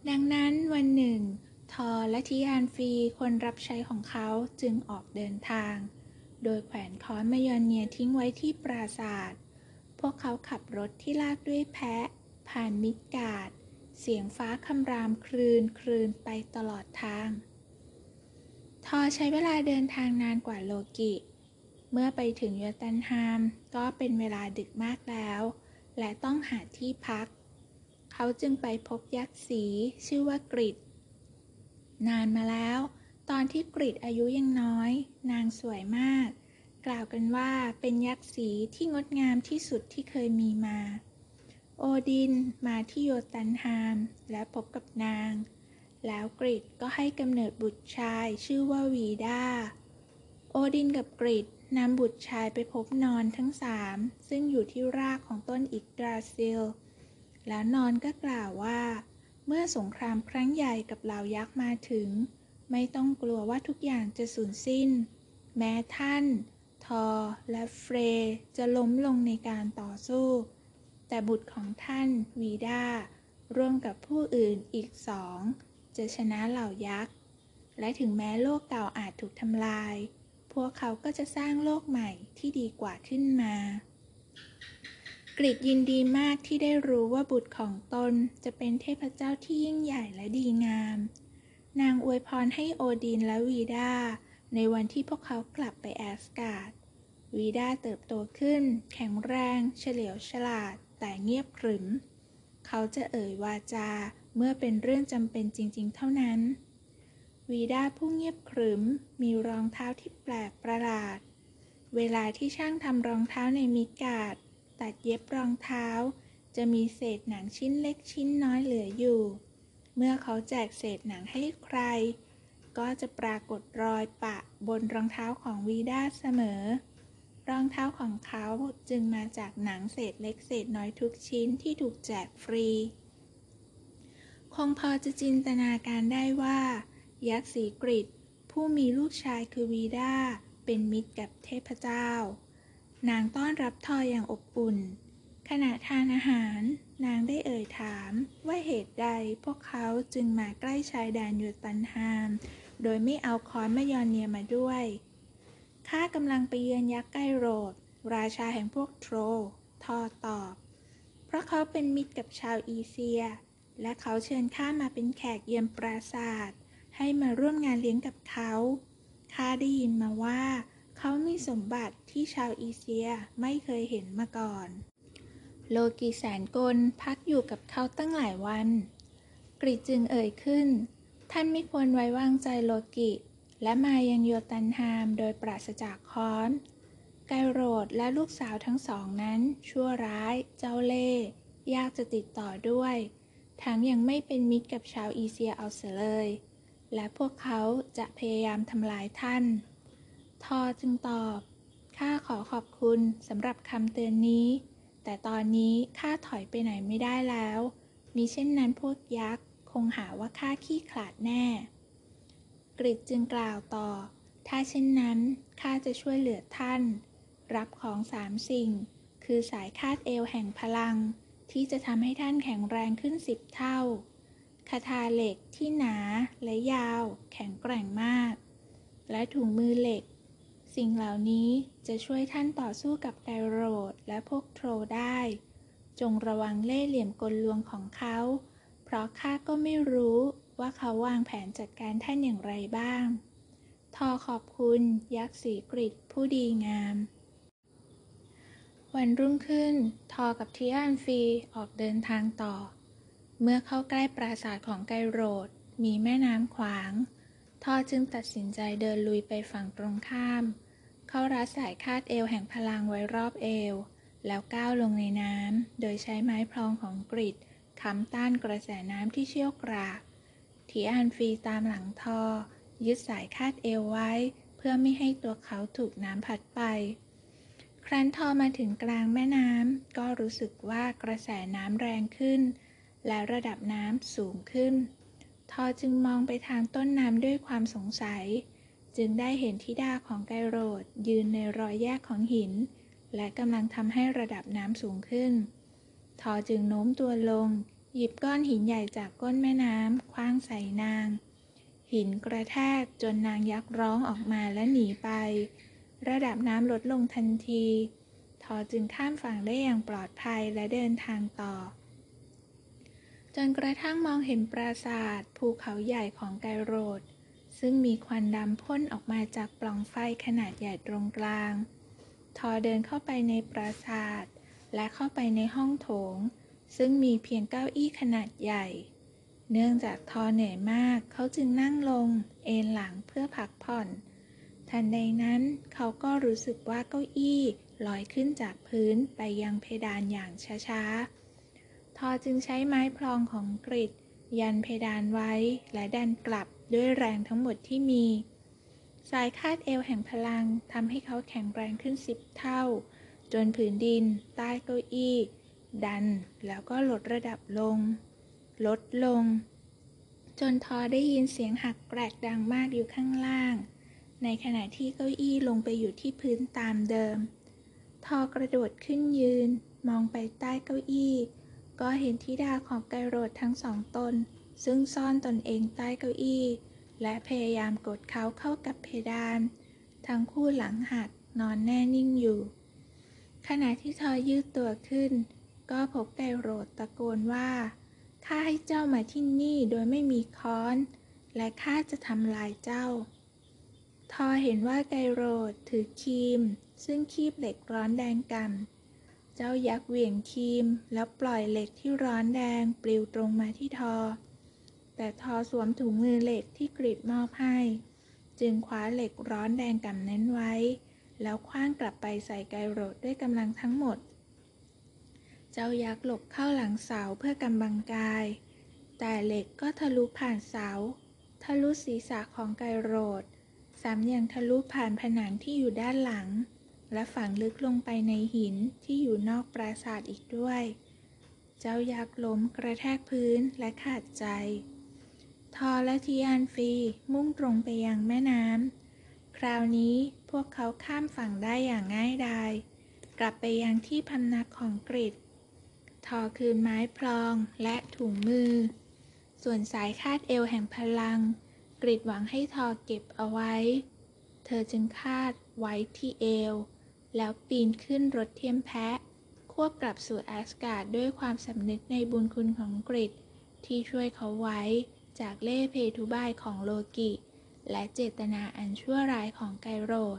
ดังนั้นวันหนึ่งทอและทิอานฟีคนรับใช้ของเขาจึงออกเดินทางโดยแขวนค้อนมายอนเนียทิ้งไว้ที่ปราสาทพวกเขาขับรถที่ลากด้วยแพะผ่านมิดการ์ดเสียงฟ้าคำรามคลืนไปตลอดทางทอใช้เวลาเดินทางนานกว่าโลกิเมื่อไปถึงโยตันฮามก็เป็นเวลาดึกมากแล้วและต้องหาที่พักเขาจึงไปพบยักษ์สีชื่อว่ากริดนานมาแล้วตอนที่กริดอายุยังน้อยนางสวยมากกล่าวกันว่าเป็นยักษ์สีที่งดงามที่สุดที่เคยมีมาโอดินมาที่โยตันฮามและพบกับนางแล้วกริดก็ให้กำเนิดบุตรชายชื่อว่าวีดาโอดินกับกริดนำบุตรชายไปพบนอนทั้งสามซึ่งอยู่ที่รากของต้นอิกดราซิลแล้วนอนก็กล่าวว่าเมื่อสงครามครั้งใหญ่กับเหล่ายักษ์มาถึงไม่ต้องกลัวว่าทุกอย่างจะสูญสิ้นแม้ท่านทอและเฟรจะล้มลงในการต่อสู้แต่บุตรของท่านวีดาร่วมกับผู้อื่นอีกสองจะชนะเหล่ายักษ์และถึงแม้โลกเก่าอาจถูกทำลายพวกเขาก็จะสร้างโลกใหม่ที่ดีกว่าขึ้นมากริดยินดีมากที่ได้รู้ว่าบุตรของตนจะเป็นเทพเจ้าที่ยิ่งใหญ่และดีงามนางอวยพรให้โอดินและวีดาในวันที่พวกเขากลับไปแอสการ์ดวีดาเติบโตขึ้นแข็งแรงเฉลียวฉลาดแต่เงียบขรึมเขาจะเอ่ยวาจาเมื่อเป็นเรื่องจำเป็นจริงๆเท่านั้นวีดาผู้เงียบขรึมมีรองเท้าที่แปลกประหลาดเวลาที่ช่างทำรองเท้าในมิดการ์ดตัดเย็บรองเท้าจะมีเศษหนังชิ้นเล็กชิ้นน้อยเหลืออยู่เมื่อเขาแจกเศษหนังให้ใครก็จะปรากฏรอยปะบนรองเท้าของวีดาเสมอรองเท้าของเขาจึงมาจากหนังเศษเล็กเศษน้อยทุกชิ้นที่ถูกแจกฟรีคงพอจะจินตนาการได้ว่ายักษ์สีกริดผู้มีลูกชายคือวีดาเป็นมิตรกับเทพเจ้านางต้อนรับทออย่างอบอุ่นขณะทานอาหารนางได้เอ่ยถามว่าเหตุใดพวกเขาจึงมาใกล้ชายแดนโยตันฮามโดยไม่เอาค้อนมายอนเนียมาด้วยข้ากำลังไปเยือนยักษ์ไกโรดราชาแห่งพวกโทรทอตอบเพราะเขาเป็นมิตรกับชาวอีเซียและเขาเชิญข้ามาเป็นแขกเยือนปราสาทให้มาร่วมงานเลี้ยงกับเขาข้าได้ยินมาว่าเขามีสมบัติที่ชาวอีเซียไม่เคยเห็นมาก่อนโลกิแสนกลพักอยู่กับเขาตั้งหลายวันกริดจึงเอ่ยขึ้นท่านไม่ควรไว้วางใจโลกิและมายังโยตันฮามโดยปราศจากค้อนไกโรดและลูกสาวทั้งสองนั้นชั่วร้ายเจ้าเล่ห์ยากจะติดต่อด้วยทั้งยังไม่เป็นมิตรกับชาวอีเซียเอาเสียเลยและพวกเขาจะพยายามทำลายท่านทอจึงตอบข้าขอขอบคุณสำหรับคำเตือนนี้แต่ตอนนี้ข้าถอยไปไหนไม่ได้แล้วมิเช่นนั้นพวกยักษ์คงหาว่าข้าขี้ขลาดแน่กริดจึงกล่าวต่อถ้าเช่นนั้นข้าจะช่วยเหลือท่านรับของ3 สิ่งคือสายคาดเอวแห่งพลังที่จะทำให้ท่านแข็งแรงขึ้น10 เท่าคาถาเหล็กที่หนาและยาวแข็งแกร่งมากและถุงมือเหล็กสิ่งเหล่านี้จะช่วยท่านต่อสู้กับไกโรดและพวกโทรได้จงระวังเล่ห์เหลี่ยมกลลวงของเขาเพราะข้าก็ไม่รู้ว่าเขาวางแผนจัดการท่านอย่างไรบ้างทอขอบคุณยักษ์สีกริดผู้ดีงามวันรุ่งขึ้นทอกับทิอานฟีออกเดินทางต่อเมื่อเข้าใกล้ปราสาทของไกโรดมีแม่น้ำขวางทอจึงตัดสินใจเดินลุยไปฝั่งตรงข้ามเขารัดสายคาดเอวแห่งพลังไว้รอบเอวแล้วก้าวลงในน้ำโดยใช้ไม้พลองของกริดค้ำต้านกระแสน้ำที่เชี่ยวกรากทิอานฟีตามหลังทอยึดสายคาดเอวไว้เพื่อไม่ให้ตัวเขาถูกน้ำพัดไปครั้นทอมาถึงกลางแม่น้ำก็รู้สึกว่ากระแสน้ำแรงขึ้นและระดับน้ำสูงขึ้นทอจึงมองไปทางต้นน้ำด้วยความสงสัยจึงได้เห็นธิดาของไกโรดยืนในรอยแยกของหินและกำลังทำให้ระดับน้ำสูงขึ้นทอจึงโน้มตัวลงหยิบก้อนหินใหญ่จากก้นแม่น้ำขว้างใส่นางหินกระแทกจนนางยักษ์ร้องออกมาและหนีไป ระดับน้ำลดลงทันทีทอจึงข้ามฝั่งได้อย่างปลอดภัยและเดินทางต่อจนกระทั่งมองเห็นปราสาทภูเขาใหญ่ของไกโรดซึ่งมีควันดำพ่นออกมาจากปล่องไฟขนาดใหญ่ตรงกลางทอเดินเข้าไปในปราสาทและเข้าไปในห้องโถงซึ่งมีเพียงเก้าอี้ขนาดใหญ่เนื่องจากทอเหนื่อยมากเขาจึงนั่งลงเอนหลังเพื่อพักผ่อนทันใดนั้นเขาก็รู้สึกว่าเก้าอี้ลอยขึ้นจากพื้นไปยังเพดานอย่างช้าๆทอจึงใช้ไม้พลองของกริดยันเพดานไว้และดันกลับด้วยแรงทั้งหมดที่มีสายคาดเอวแห่งพลังทำให้เขาแข็งแรงขึ้น10 เท่าจนผืนดินใต้เก้าอี้ดันแล้วก็ลดระดับลงจนทอได้ยินเสียงหักแกรกดังมากอยู่ข้างล่างในขณะที่เก้าอี้ลงไปอยู่ที่พื้นตามเดิมทอกระโดดขึ้นยืนมองไปใต้เก้าอี้ก็เห็นธิดาของไกโรดทั้งสองตนซึ่งซ่อนตนเองใต้เก้าอี้และพยายามกดเขาเข้ากับเพดานทั้งคู่หลังหักนอนแน่นิ่งอยู่ขณะที่ทอยืดตัวขึ้นก็พบไกโรดตะโกนว่าข้าให้เจ้ามาที่นี่โดยไม่มีค้อนและข้าจะทำลายเจ้าทอเห็นว่าไกโรดถือครีมซึ่งคีบเหล็กร้อนแดงก่ำเจ้ายักษ์เหวี่ยงครีมแล้วปล่อยเหล็กที่ร้อนแดงปลิวตรงมาที่ทอแต่ทอสวมถุงมือเหล็กที่กริดมอบให้จึงคว้าเหล็กร้อนแดงก่ำนั้นไว้แล้วขว้างกลับไปใส่ไกโรดด้วยกำลังทั้งหมดเจ้ายักษ์หลบเข้าหลังเสาเพื่อกำบังกายแต่เหล็กก็ทะลุผ่านเสาทะลุศีรษะของไกโรดซ้ำยังทะลุผ่านผนังที่อยู่ด้านหลังและฝังลึกลงไปในหินที่อยู่นอกปราสาทอีกด้วยเจ้ายักษ์ล้มกระแทกพื้นและขาดใจทอและทีอันฟีมุ่งตรงไปยังแม่น้ำคราวนี้พวกเขาข้ามฝั่งได้อย่างง่ายดายกลับไปยังที่พำนักของกริดทอคืนไม้พลองและถุงมือส่วนสายคาดเอวแห่งพลังกริดหวังให้ทอเก็บเอาไว้เธอจึงคาดไว้ที่เอวแล้วปีนขึ้นรถเทียมแพะควบกลับสู่แอสการ์ดด้วยความสำนึกในบุญคุณของกริดที่ช่วยเขาไว้จากเล่ห์เพทุบายของโลกิและเจตนาอันชั่วร้ายของไกโรด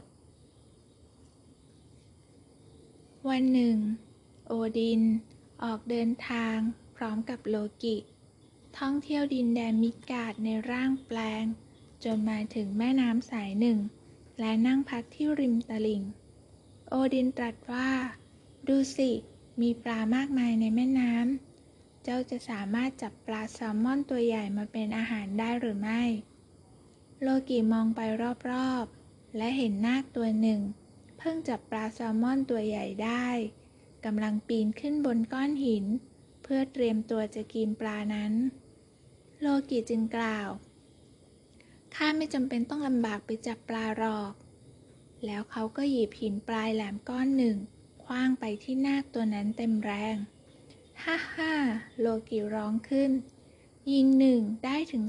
วันหนึ่งโอดินออกเดินทางพร้อมกับโลกิท่องเที่ยวดินแดนมิดการ์ดในร่างแปลงจนมาถึงแม่น้ำสายหนึ่งและนั่งพักที่ริมตลิ่งโอดินตรัสว่าดูสิมีปลามากมายในแม่น้ำเจ้าจะสามารถจับปลาแซลมอนตัวใหญ่มาเป็นอาหารได้หรือไม่โลกิมองไปรอบๆและเห็นนาคตัวหนึ่งเพิ่งจับปลาแซลมอนตัวใหญ่ได้กำลังปีนขึ้นบนก้อนหินเพื่อเตรียมตัวจะกินปลานั้นโลกิจึงกล่าวข้าไม่จำเป็นต้องลำบากไปจับปลาหรอกแล้วเขาก็หยิบหินปลายแหลมก้อนหนึ่งขว้างไปที่นาคตัวนั้นเต็มแรงฮ่าฮ่าโลกิร้องขึ้นยิง1ได้ถึง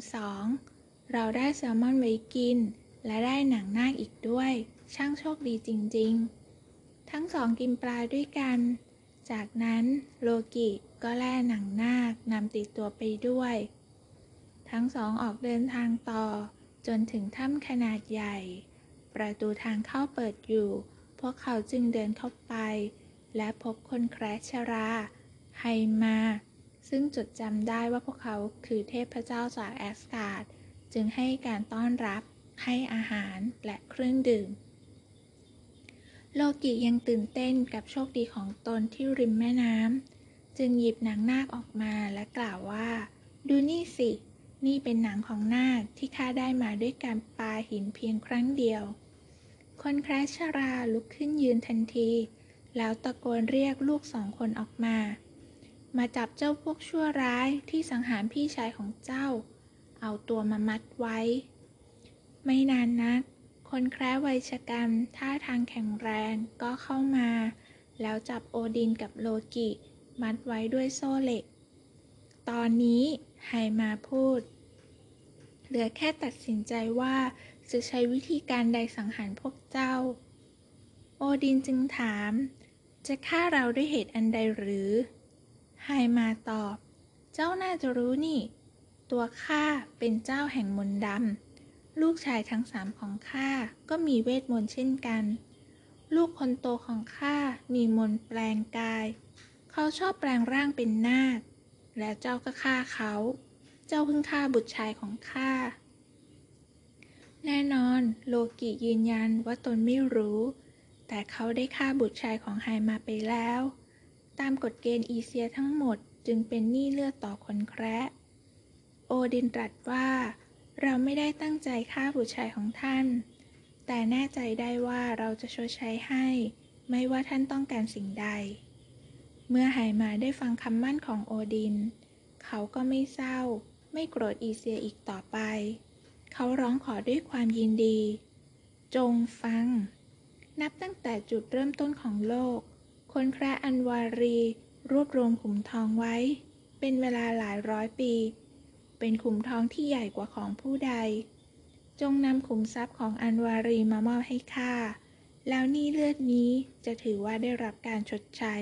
2เราได้แซลมอนไว้กินและได้หนังนาคอีกด้วยช่างโชคดีจริงๆทั้งสองกินปลาด้วยกันจากนั้นโลกิก็แล่หนังนาคนำติดตัวไปด้วยทั้งสองออกเดินทางต่อจนถึงถ้ำขนาดใหญ่ประตูทางเข้าเปิดอยู่พวกเขาจึงเดินเข้าไปและพบคนแคระชราไฮมาซึ่งจดจำได้ว่าพวกเขาคือเทพเจ้าจากแอสการ์ดจึงให้การต้อนรับให้อาหารและเครื่องดื่มโลกิยังตื่นเต้นกับโชคดีของตนที่ริมแม่น้ำจึงหยิบหนังนาคออกมาและกล่าวว่าดูนี่สินี่เป็นหนังของนาคที่ข้าได้มาด้วยการปาหินเพียงครั้งเดียวคนแคระชราลุกขึ้นยืนทันทีแล้วตะโกนเรียกลูก2 คนออกมาจับเจ้าพวกชั่วร้ายที่สังหารพี่ชายของเจ้าเอาตัวมามัดไว้ไม่นานนักคนแคระวัยชกรรมท่าทางแข็งแรงก็เข้ามาแล้วจับโอดินกับโลกิมัดไว้ด้วยโซ่เหล็กตอนนี้ไฮมาพูดเหลือแค่ตัดสินใจว่าจะใช้วิธีการใดสังหารพวกเจ้าโอดินจึงถามจะฆ่าเราด้วยเหตุอันใดหรือไฮมาตอบเจ้าน่าจะรู้นี่ตัวข้าเป็นเจ้าแห่งมนต์ดำลูกชายทั้ง3ของข้าก็มีเวทมนต์เช่นกันลูกคนโตของข้ามีมนต์แปลงกายเขาชอบแปลงร่างเป็นนาคและเจ้าก็ฆ่าเขาเจ้าเพิ่งฆ่าบุตรชายของข้าแน่นอนโลกิยืนยันว่าตนไม่รู้แต่เขาได้ฆ่าบุตรชายของไฮมาไปแล้วตามกฎเกณฑ์อีเซียทั้งหมดจึงเป็นหนี้เลือดต่อคนแคระโอดินตรัสว่าเราไม่ได้ตั้งใจฆ่าบุตรชายของท่านแต่แน่ใจได้ว่าเราจะชดใช้ให้ไม่ว่าท่านต้องการสิ่งใดเมื่อไฮมาได้ฟังคำมั่นของโอดินเขาก็ไม่เศร้าไม่โกรธอีเซียอีกต่อไปเขาร้องขอด้วยความยินดีจงฟังนับตั้งแต่จุดเริ่มต้นของโลกคนแคระอันวารีรวบรวมขุมทองไว้เป็นเวลาหลายร้อยปีเป็นขุมทองที่ใหญ่กว่าของผู้ใดจงนำขุมทรัพย์ของอันวารีมามอบให้ข้าแล้วหนี้เลือดนี้จะถือว่าได้รับการชดใช้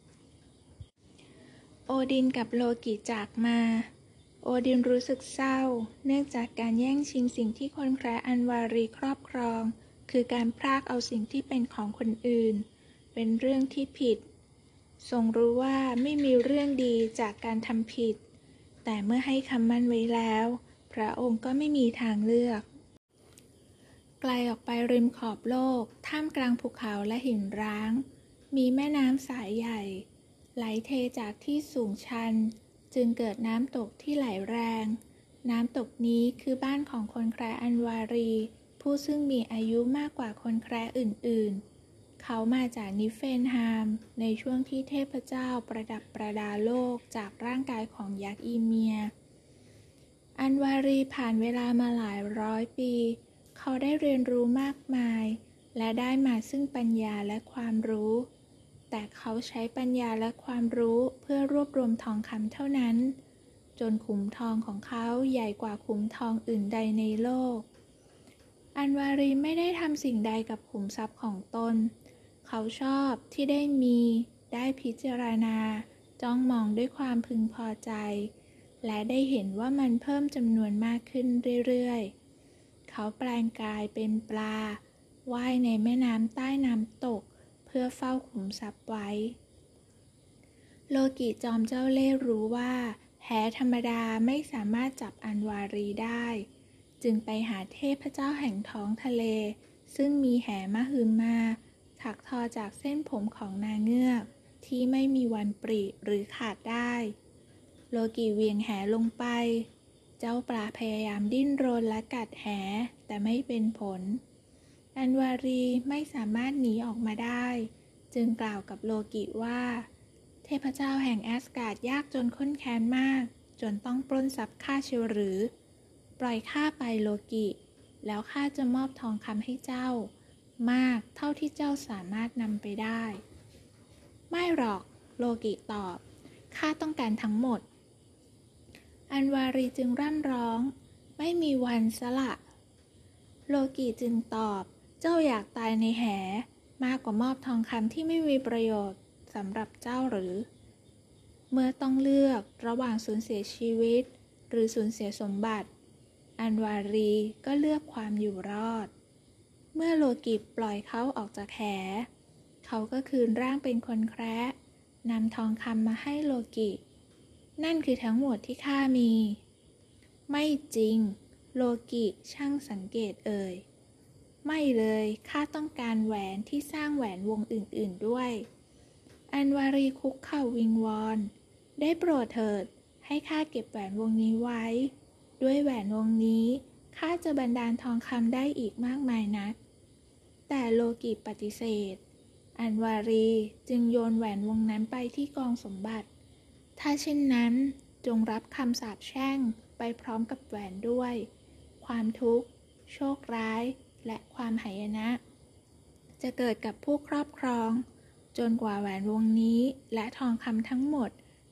โอดินกับโลกิจากมาโอดินรู้สึกเศร้าเนื่องจากการแย่งชิงสิ่งที่คนแคระอันวารีครอบครองคือการพรากเอาสิ่งที่เป็นของคนอื่นเป็นเรื่องที่ผิดทรงรู้ว่าไม่มีเรื่องดีจากการทำผิดแต่เมื่อให้คำมั่นไว้แล้วพระองค์ก็ไม่มีทางเลือกไกลออกไปริมขอบโลกท่ามกลางภูเขาและหินร้างมีแม่น้ำสายใหญ่ไหลเทจากที่สูงชันจึงเกิดน้ำตกที่ไหลแรงน้ำตกนี้คือบ้านของคนแคระอันวารีผู้ซึ่งมีอายุมากกว่าคนแคระอื่นๆเขามาจากนิเฟนฮามในช่วงที่เทพเจ้าประดับประดาโลกจากร่างกายของยักษ์อีเมียอันวารีผ่านเวลามาหลายร้อยปีเขาได้เรียนรู้มากมายและได้มาซึ่งปัญญาและความรู้แต่เขาใช้ปัญญาและความรู้เพื่อรวบรวมทองคำเท่านั้นจนขุมทองของเขาใหญ่กว่าขุมทองอื่นใดในโลกอันวารีไม่ได้ทำสิ่งใดกับขุมทรัพย์ของตนเขาชอบที่ได้พิจารณาจ้องมองด้วยความพึงพอใจและได้เห็นว่ามันเพิ่มจำนวนมากขึ้นเรื่อยๆเขาแปลงกายเป็นปลาว่ายในแม่น้ำใต้น้ำตกเพื่อเฝ้าขุมทรัพย์ไว้โลกิจอมเจ้าเล่ห์รู้ว่าแหธรรมดาไม่สามารถจับอันวารีได้จึงไปหาเทพเจ้าแห่งท้องทะเลซึ่งมีแหมหึมาถักทอจากเส้นผมของนางเงือกที่ไม่มีวันปริหรือขาดได้โลกิเหวี่ยงแหลงไปเจ้าปลาพยายามดิ้นรนและกัดแหแต่ไม่เป็นผลอันวารีไม่สามารถหนีออกมาได้จึงกล่าวกับโลกิว่าเทพเจ้าแห่งแอสการ์ดยากจนข้นแค้นมากจนต้องปล้นทรัพย์ข้าเชียวหรือปล่อยข้าไปโลกิแล้วข้าจะมอบทองคำให้เจ้ามากเท่าที่เจ้าสามารถนำไปได้ไม่หรอกโลกิตอบข้าต้องการทั้งหมดอันวารีจึงร่ำร้องไม่มีวันสละโลกิจึงตอบเจ้าอยากตายในแหมากกว่ามอบทองคำที่ไม่มีประโยชน์สำหรับเจ้าหรือเมื่อต้องเลือกระหว่างสูญเสียชีวิตหรือสูญเสียสมบัติอันวารีก็เลือกความอยู่รอดเมื่อโลกิปล่อยเขาออกจากแหเขาก็คืนร่างเป็นคนแคระนำทองคำมาให้โลกินั่นคือทั้งหมดที่ข้ามีไม่จริงโลกิช่างสังเกตไม่เลยข้าต้องการแหวนที่สร้างแหวนวงอื่นๆด้วยอันวารีคุกเข่าวิงวอนได้โปรดเถิดให้ข้าเก็บแหวนวงนี้ไว้ด้วยแหวนวงนี้ข้าจะบันดาลทองคำได้อีกมากมายนักแต่โลกิปฏิเสธอันวารีจึงโยนแหวนวงนั้นไปที่กองสมบัติถ้าเช่นนั้นจงรับคำสาปแช่งไปพร้อมกับแหวนด้วยความทุกข์โชคร้ายและความหายนะจะเกิดกับผู้ครอบครองจนกว่าแหวนวงนี้และทองคำทั้งหมด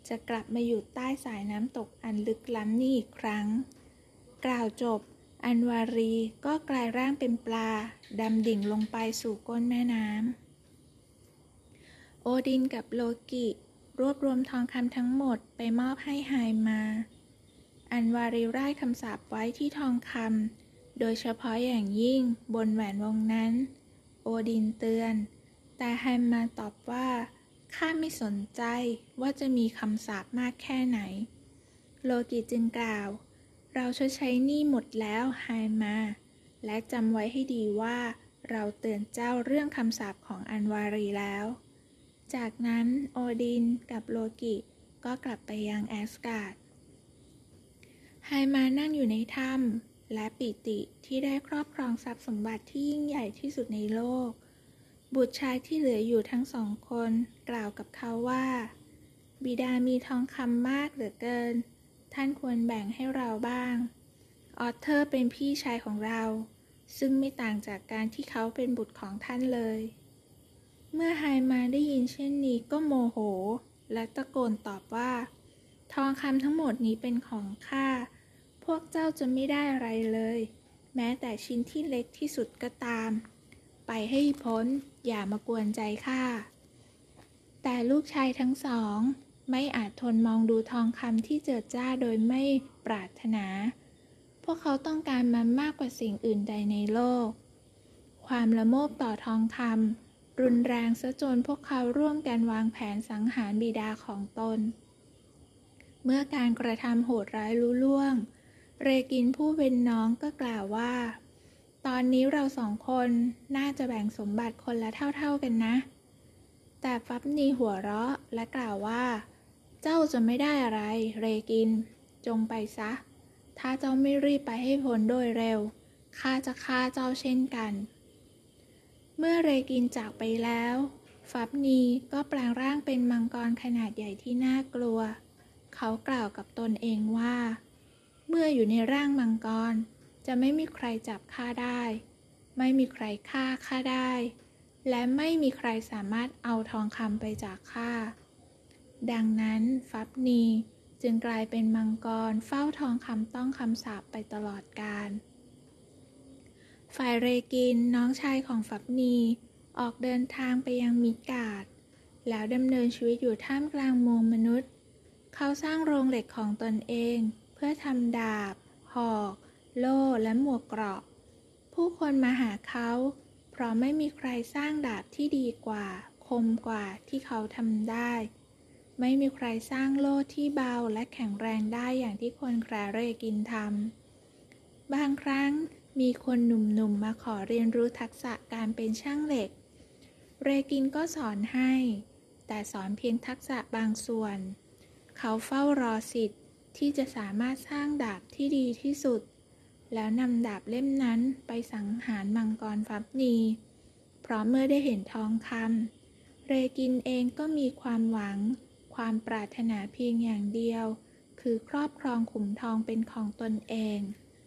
จะกลับมาอยู่ใต้สายน้ำตกอันลึกล้ำนี้อีกครั้งกล่าวจบอัญวารีก็กลายร่างเป็นปลาดำดิ่งลงไปสู่ก้นแม่น้ำโอดินกับโลกิรวบรวมทองคำทั้งหมดไปมอบให้ไฮมาอัญวารีร่ายคำสาปไว้ที่ทองคำโดยเฉพาะอย่างยิ่งบนแหวนวงนั้นโอดินเตือนแต่ไฮมาตอบว่าข้าไม่สนใจว่าจะมีคำสาปมากแค่ไหนโลกิจึงกล่าวเราชดใช้หนี้หมดแล้วไฮมาและจำไว้ให้ดีว่าเราเตือนเจ้าเรื่องคำสาปของอัญวารีแล้วจากนั้นโอดินกับโลกิก็กลับไปยังแอสการ์ดไฮมานั่งอยู่ในถ้ำและปิติที่ได้ครอบครองทรัพย์สมบัติที่ยิ่งใหญ่ที่สุดในโลกบุตรชายที่เหลืออยู่ทั้งสองคนกล่าวกับเขาว่าบิดามีทองคำมากเหลือเกินท่านควรแบ่งให้เราบ้างออเทอร์เป็นพี่ชายของเราซึ่งไม่ต่างจากการที่เขาเป็นบุตรของท่านเลยเมื่อไฮมาได้ยินเช่นนี้ก็โมโหและตะโกนตอบว่าทองคำทั้งหมดนี้เป็นของข้าพวกเจ้าจะไม่ได้อะไรเลยแม้แต่ชิ้นที่เล็กที่สุดก็ตามไปให้พ้นอย่ามากวนใจข้าแต่ลูกชายทั้งสองไม่อาจทนมองดูทองคำที่เจิดจ้าโดยไม่ปรารถนาพวกเขาต้องการมันมากกว่าสิ่งอื่นใดในโลกความละโมบต่อทองคำรุนแรงซะจนพวกเขาร่วมกันวางแผนสังหารบิดาของตนเมื่อการกระทำโหดร้ายลุล่วงเรกินผู้เป็นน้องก็กล่าวว่าตอนนี้เราสองคนน่าจะแบ่งสมบัติคนละเท่าๆกันนะแต่ฟับนีหัวเราะและกล่าวว่าเจ้าจะไม่ได้อะไรเรกินจงไปซะถ้าเจ้าไม่รีบไปให้พ้นโดยเร็วข้าจะฆ่าเจ้าเช่นกันเมื่อเรกินจากไปแล้วฟับนีก็แปลงร่างเป็นมังกรขนาดใหญ่ที่น่ากลัวเขากล่าวกับตนเองว่าเมื่ออยู่ในร่างมังกรจะไม่มีใครจับข้าได้ไม่มีใครฆ่าข้าได้และไม่มีใครสามารถเอาทองคำไปจากข้าดังนั้นฟับนีจึงกลายเป็นมังกรเฝ้าทองคำต้องคำสาปไปตลอดกาลฝ่ายเรกินน้องชายของฟับนีออกเดินทางไปยังมิดการ์ดแล้วดำเนินชีวิตอยู่ท่ามกลางหมู่มนุษย์เขาสร้างโรงเหล็กของตนเองเพื่อทำดาบหอกโล่และหมวกเกราะผู้คนมาหาเขาเพราะไม่มีใครสร้างดาบที่ดีกว่าคมกว่าที่เขาทำได้ไม่มีใครสร้างโล่ที่เบาและแข็งแรงได้อย่างที่คนแคร์เรกินทำบางครั้งมีคนหนุ่มๆมาขอเรียนรู้ทักษะการเป็นช่างเหล็กเรกินก็สอนให้แต่สอนเพียงทักษะบางส่วนเขาเฝ้ารอสิทธิ์ที่จะสามารถสร้างดาบที่ดีที่สุดแล้วนำดาบเล่มนั้นไปสังหารมังกรฟับนีเพราะเมื่อได้เห็นทองคำเรกินเองก็มีความหวังความปรารถนาเพียงอย่างเดียวคือครอบครองขุมทองเป็นของตนเอง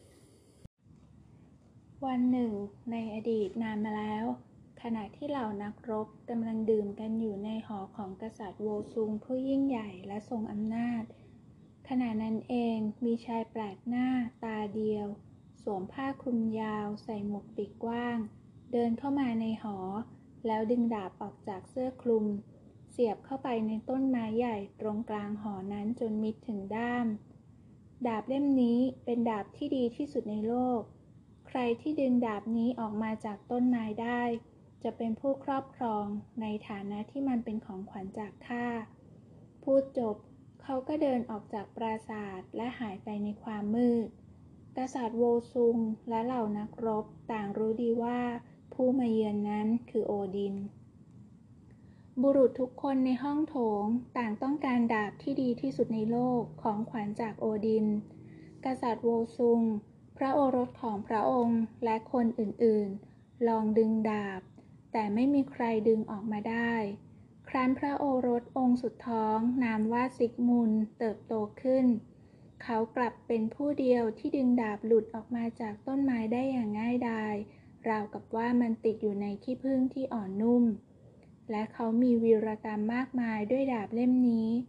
วันหนึ่งในอดีตนานมาแล้วขณะที่เหล่านักรบกำลังดื่มกันอยู่ในหอของกษัตริย์โวซุงผู้ยิ่งใหญ่และทรงอำนาจขณะนั้นเองมีชายแปลกหน้าตาเดียวสวมผ้าคลุมยาวใส่หมวกปีกกว้างเดินเข้ามาในหอแล้วดึงดาบออกจากเสื้อคลุมเสียบเข้าไปในต้นไม้ใหญ่ตรงกลางหอนั้นจนมิดถึงด้ามดาบเล่มนี้เป็นดาบที่ดีที่สุดในโลกใครที่ดึงดาบนี้ออกมาจากต้นไม้ได้จะเป็นผู้ครอบครองในฐานะที่มันเป็นของขวัญจากข้าพูดจบเขาก็เดินออกจากปราสาทและหายไปในความมืดกษัตริย์โวซุงและเหล่านักรบต่างรู้ดีว่าผู้มาเยือนนั้นคือโอดินบุรุษทุกคนในห้องโถงต่างต้องการดาบที่ดีที่สุดในโลกของขวัญจากโอดินกษัตริย์โวซุงพระโอรสของพระองค์และคนอื่นๆลองดึงดาบแต่ไม่มีใครดึงออกมาได้ครั้นพระโอรสองค์สุดท้องนามว่าซิกมุนเติบโตขึ้นเขากลับเป็นผู้เดียวที่ดึงดาบหลุดออกมาจากต้นไม้ได้อย่างง่ายดายราวกับว่ามันติดอยู่ในขี้ผึ้งที่อ่อนนุ่มและเขามีวีรกรรมมากมายด้วยดาบเล่มนี้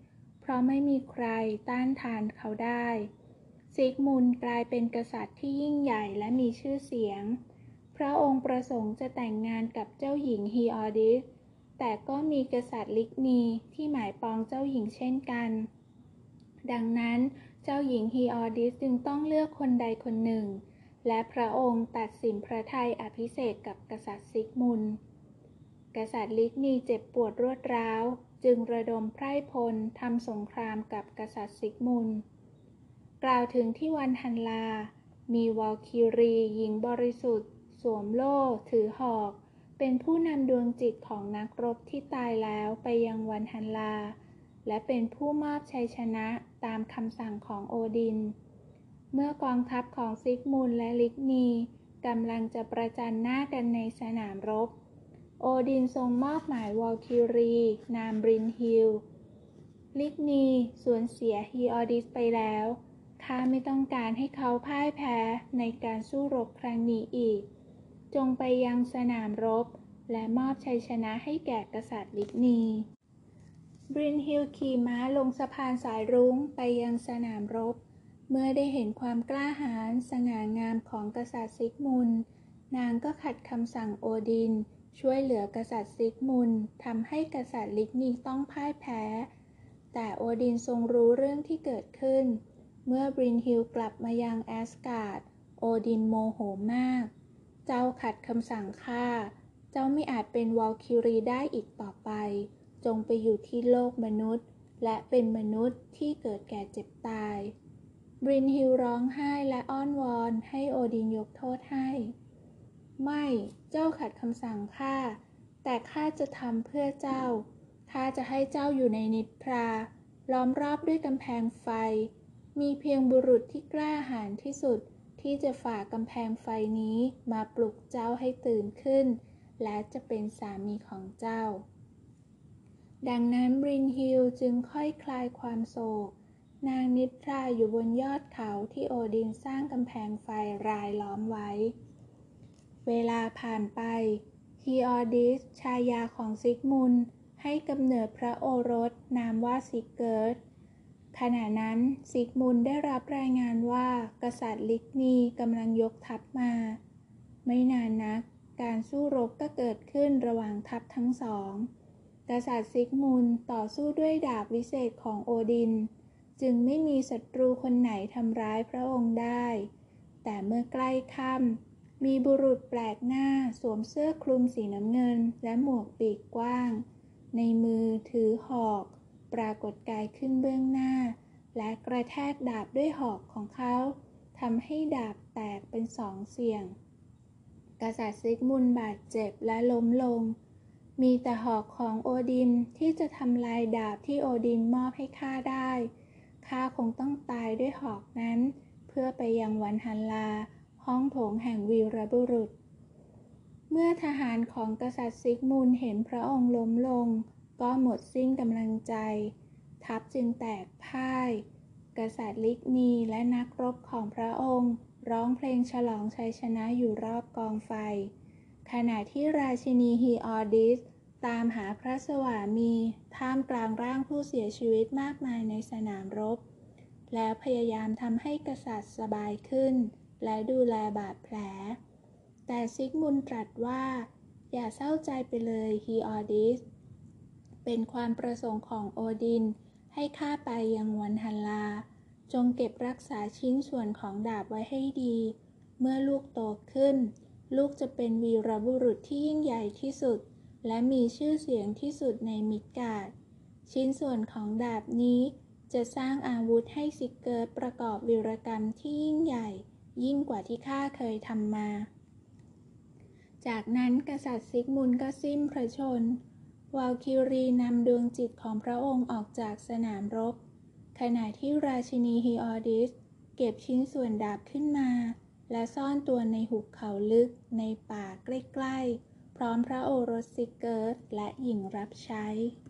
เพราะไม่มีใครต้านทานเขาได้ซิกมุนด์กลายเป็นกษัตริย์ที่ยิ่งใหญ่และมีชื่อเสียงพระองค์ประสงค์จะแต่งงานกับเจ้าหญิงฮีออดิสแต่ก็มีกษัตริย์ลิกนีที่หมายปองเจ้าหญิงเช่นกันดังนั้นเจ้าหญิงฮีออดิสจึงต้องเลือกคนใดคนหนึ่งและพระองค์ตัดสินพระทัยอภิเษกกับกษัตริย์ซิกมุนด์กษัตริย์ลิกนีเจ็บปวดรวดร้าวจึงระดมไพร่พลทำสงครามกับกษัตริย์ซิกมุนด์กล่าวถึงที่วันฮันลามีวอลคิรีหญิงบริสุทธิ์สวมโล่ถือหอกเป็นผู้นำดวงจิตของนักรบที่ตายแล้วไปยังวันฮันลาและเป็นผู้มอบชัยชนะตามคำสั่งของโอดินเมื่อกองทัพของซิกมุนด์และลิกนีกำลังจะประจันหน้ากันในสนามรบโอดินทรงมอบหมายวอลคิรีนามบรินฮิลลิกนีสูญเสียฮีออดิสไปแล้วข้าไม่ต้องการให้เขาพ่ายแพ้ในการสู้รบครั้งนี้อีกจงไปยังสนามรบและมอบชัยชนะให้แก่กษัตริย์ลิกนีบรินฮิลขี่ม้าลงสะพานสายรุ้งไปยังสนามรบเมื่อได้เห็นความกล้าหาญสง่างามของกษัตริย์ซิกมุนด์นางก็ขัดคำสั่งโอดินช่วยเหลือกษัตริย์ซิกมุนด์ทำให้กษัตริย์ลิกนีต้องพ่ายแพ้แต่โอดินทรงรู้เรื่องที่เกิดขึ้นเมื่อบรินฮิลกลับมายังแอสการ์ดโอดินโมโหมากเจ้าขัดคำสั่งข้าเจ้าไม่อาจเป็นวอลคิรีได้อีกต่อไปจงไปอยู่ที่โลกมนุษย์และเป็นมนุษย์ที่เกิดแก่เจ็บตายบรินฮิลร้องไห้และอ้อนวอนให้โอดินยกโทษให้ไม่เจ้าขัดคำสั่งข้าแต่ข้าจะทำเพื่อเจ้าข้าจะให้เจ้าอยู่ในนิพพาล้อมรอบด้วยกำแพงไฟมีเพียงบุรุษที่กล้าหาญที่สุดที่จะฝ่ากำแพงไฟนี้มาปลุกเจ้าให้ตื่นขึ้นและจะเป็นสามีของเจ้าดังนั้นบรินฮิลจึงค่อยคลายความโศกนางนิทราอยู่บนยอดเขาที่โอดินสร้างกำแพงไฟรายล้อมไว้เวลาผ่านไปฮีออดิสชายาของซิกมุนด์ให้กำเนิดพระโอรสนามว่าซิกเกิร์ดขณะนั้นซิกมุนด์ได้รับรายงานว่ากษัตริย์ลิกนีกำลังยกทัพมาไม่นานนักการสู้รบก็เกิดขึ้นระหว่างทัพทั้งสองกษัตริย์ซิกมุนด์ต่อสู้ด้วยดาบวิเศษของโอดินจึงไม่มีศัตรูคนไหนทำร้ายพระองค์ได้แต่เมื่อใกล้ค่ำมีบุรุษแปลกหน้าสวมเสื้อคลุมสีน้ำเงินและหมวกปีกกว้างในมือถือหอกปรากฏกายขึ้นเบื้องหน้าและกระแทกดาบด้วยหอกของเขาทำให้ดาบแตกเป็นสองเสี่ยงกษัตริย์ซิกมุนด์บาดเจ็บและล้มลงมีแต่หอกของโอดินที่จะทำลายดาบที่โอดินมอบให้ข้าได้ข้าคงต้องตายด้วยหอกนั้นเพื่อไปยังวันฮันลาห้องโถงแห่งวีรบุรุษเมื่อทหารของกษัตริย์ซิกมุนด์เห็นพระองค์ล้มลงก็หมดสิ้นกำลังใจทัพจึงแตกพ่ายกษัตริย์ลิกนีและนักรบของพระองค์ร้องเพลงฉลองชัยชนะอยู่รอบกองไฟขณะที่ราชินีฮีออดิสตามหาพระสวามีท่ามกลางร่างผู้เสียชีวิตมากมายในสนามรบแล้วพยายามทำให้กษัตริย์สบายขึ้นและดูแลบาดแผลแต่ซิกมุนด์ตรัสว่าอย่าเศร้าใจไปเลยฮีออดิสเป็นความประสงค์ของโอดินให้ข้าไปยังวันฮันลาจงเก็บรักษาชิ้นส่วนของดาบไว้ให้ดีเมื่อลูกโตขึ้นลูกจะเป็นวีรบุรุษที่ยิ่งใหญ่ที่สุดและมีชื่อเสียงที่สุดในมิดการ์ดชิ้นส่วนของดาบนี้จะสร้างอาวุธให้ซิกเกิร์ดประกอบวีรกรรมที่ยิ่งใหญ่ยิ่งกว่าที่ข้าเคยทำมาจากนั้นกษัตริย์ซิกมุนด์ก็สิ้นพระชนม์วาลคิรีนำดวงจิตของพระองค์ออกจากสนามรบขณะที่ราชินีฮีออดิสเก็บชิ้นส่วนดาบขึ้นมาและซ่อนตัวในหุบเขาลึกในป่าใกล้ๆพร้อมพระโอรสซิกเกิร์ดและหญิงรับใช้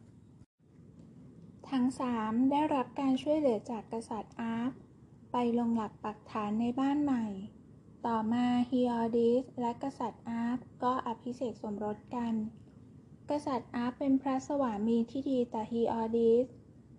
ทั้งสามได้รับการช่วยเหลือจากกษัตริย์อาร์คไปลงหลักปักฐานในบ้านใหม่ต่อมาฮีออดิสและกษัตริย์อาร์คก็อภิเษกสมรสกันกษัตริย์อาร์คเป็นพระสวามีที่ดีต่อฮีออดิส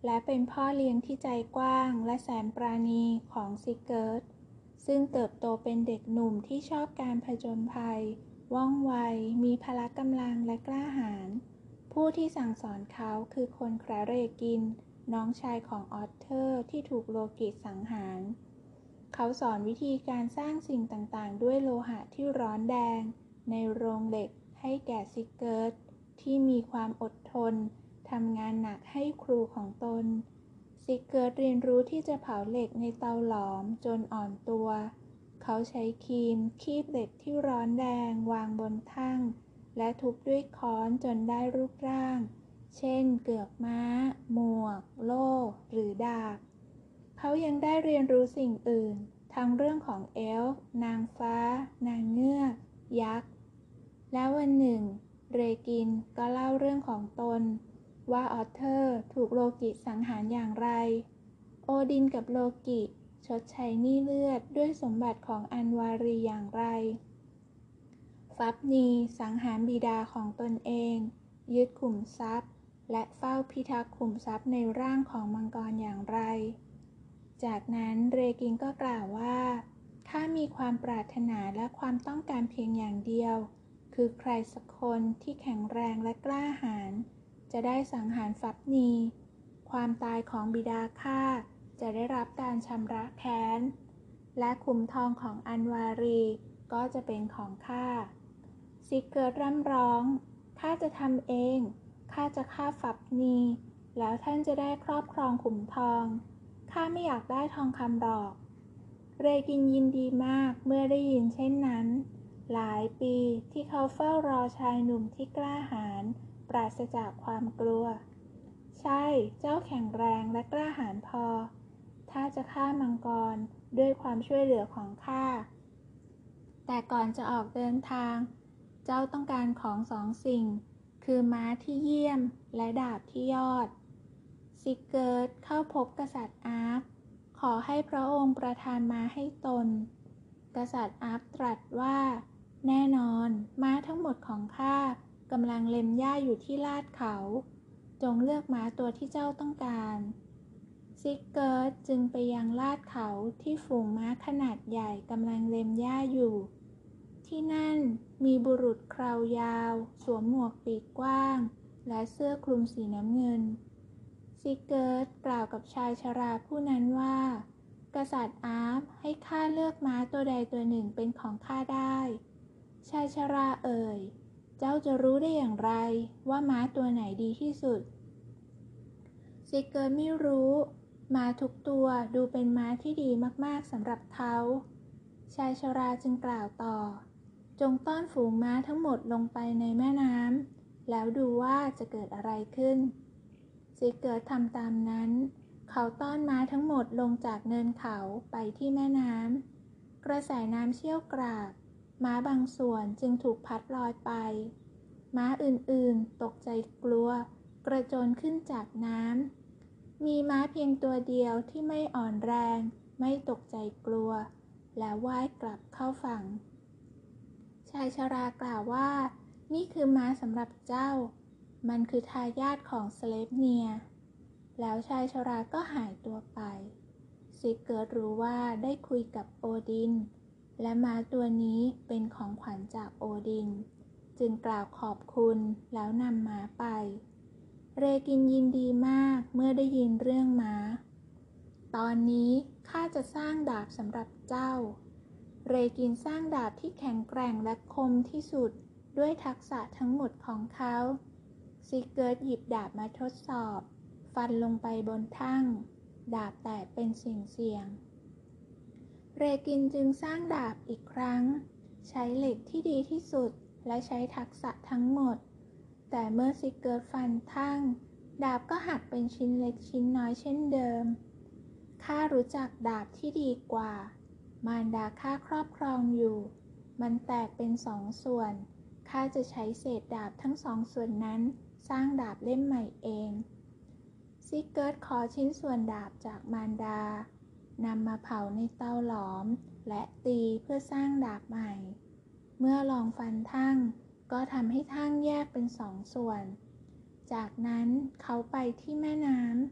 และเป็นพ่อเลี้ยงที่ใจกว้างและแสนปราณีของซิกเกิร์ตซึ่งเติบโตเป็นเด็กหนุ่มที่ชอบการผจญภัยว่องไวมีพละกำลังและกล้าหาญผู้ที่สั่งสอนเขาคือคนแคระเรกินน้องชายของออตเทอร์ที่ถูกโลกิสังหารเขาสอนวิธีการสร้างสิ่งต่างๆด้วยโลหะที่ร้อนแดงในโรงเหล็กให้แก่ซิกเกิร์ตที่มีความอดทนทำงานหนักให้ครูของตนซิกเกิร์ตเรียนรู้ที่จะเผาเหล็กในเตาหลอมจนอ่อนตัวเขาใช้ครีมคีบเหล็กที่ร้อนแดงวางบนทั่งและทุบด้วยค้อนจนได้รูปร่างเช่นเกือกม้าหมวกโล่หรือดาบเขายังได้เรียนรู้สิ่งอื่นทั้งเรื่องของเอลฟ์นางฟ้านางเงือกยักษ์แล้ววันหนึ่งเรกินก็เล่าเรื่องของตนว่าออเทอร์ถูกโลกิสังหารอย่างไรโอดินกับโลกิชดใช้หนี้เลือดด้วยสมบัติของอันวารีอย่างไรฟัฟนีสังหารบิดาของตนเองยึดขุมทรัพย์และเฝ้าพิทักษ์ขุมทรัพย์ในร่างของมังกรอย่างไรจากนั้นเรกินก็กล่าวว่าข้ามีความปรารถนาและความต้องการเพียงอย่างเดียวคือใครสักคนที่แข็งแรงและกล้าหาญจะได้สังหารฟัฟนีความตายของบิดาข้าจะได้รับการชำระแค้นและขุมทองของอันวารีก็จะเป็นของข้าซิกเกิร์ตร่ำร้องข้าจะทำเองข้าจะฆ่าฟัฟนีแล้วท่านจะได้ครอบครองขุมทองข้าไม่อยากได้ทองคำหรอกเรกินยินดีมากเมื่อได้ยินเช่นนั้นหลายปีที่เขาเฝ้ารอชายหนุ่มที่กล้าหาญปราศจากความกลัวใช่เจ้าแข็งแรงและกล้าหาญพอถ้าจะฆ่ามังกรด้วยความช่วยเหลือของข้าแต่ก่อนจะออกเดินทางเจ้าต้องการของสองสิ่งคือม้าที่เยี่ยมและดาบที่ยอดซิกเกิร์ตเข้าพบกษัตริย์อาร์คขอให้พระองค์ประทานม้าให้ตนกษัตริย์อาร์คตรัสว่าแน่นอนม้าทั้งหมดของข้ากำลังเล็มหญ้าอยู่ที่ลาดเขาจงเลือกม้าตัวที่เจ้าต้องการซิกเกิร์ตจึงไปยังลาดเขาที่ฝูงม้าขนาดใหญ่กำลังเล็มหญ้าอยู่ที่นั่นมีบุรุษคราวยาวสวมหมวกปีกกว้างและเสื้อคลุมสีน้ำเงินซิกเกิร์ตกล่าวกับชายชราผู้นั้นว่ากษัตริย์อาร์ฟให้ข้าเลือกม้าตัวใดตัวหนึ่งเป็นของข้าได้ชายชราเอ่ยเจ้าจะรู้ได้อย่างไรว่าม้าตัวไหนดีที่สุดซิกเกิร์ตไม่รู้ม้าทุกตัวดูเป็นม้าที่ดีมากๆสำหรับเขาชายชราจึงกล่าวต่อจงต้อนฝูงม้าทั้งหมดลงไปในแม่น้ำแล้วดูว่าจะเกิดอะไรขึ้นซิกเกิร์ตทำตามนั้นเขาต้อนม้าทั้งหมดลงจากเนินเขาไปที่แม่น้ำกระแสน้ำเชี่ยวกรากม้าบางส่วนจึงถูกพัดลอยไปม้าอื่นๆตกใจกลัวกระโจนขึ้นจากน้ำมีม้าเพียงตัวเดียวที่ไม่อ่อนแรงไม่ตกใจกลัวและว่ายกลับเข้าฝั่งชายชรากล่าวว่านี่คือม้าสำหรับเจ้ามันคือทายาทของสเลฟเนียแล้วชายชราก็หายตัวไปซิกเกิร์ตรู้ว่าได้คุยกับโอดินและม้าตัวนี้เป็นของขวัญจากโอดินจึงกล่าวขอบคุณแล้วนำม้าไปเรกินยินดีมากเมื่อได้ยินเรื่องม้าตอนนี้ข้าจะสร้างดาบสำหรับเจ้าเรกินสร้างดาบที่แข็งแกร่งและคมที่สุดด้วยทักษะทั้งหมดของเขาซิกเกิร์ตหยิบดาบมาทดสอบฟันลงไปบนทั่งดาบแตกเป็นเสียงเรกินจึงสร้างดาบอีกครั้งใช้เหล็กที่ดีที่สุดและใช้ทักษะทั้งหมดแต่เมื่อซิกเกิร์ตฟันทั่งดาบก็หักเป็นชิ้นเล็กชิ้นน้อยเช่นเดิมข้ารู้จักดาบที่ดีกว่ามารดาข้าครอบครองอยู่มันแตกเป็นสองส่วนข้าจะใช้เศษดาบทั้งสองส่วนนั้นสร้างดาบเล่มใหม่เองซิกเกิร์ตขอชิ้นส่วนดาบจากมารดานำมาเผาในเตาหลอมและตีเพื่อสร้างดาบใหม่เมื่อลองฟันทั่งก็ทำให้ทั่งแยกเป็นสองส่วนจากนั้นเขาไปที่แม่น้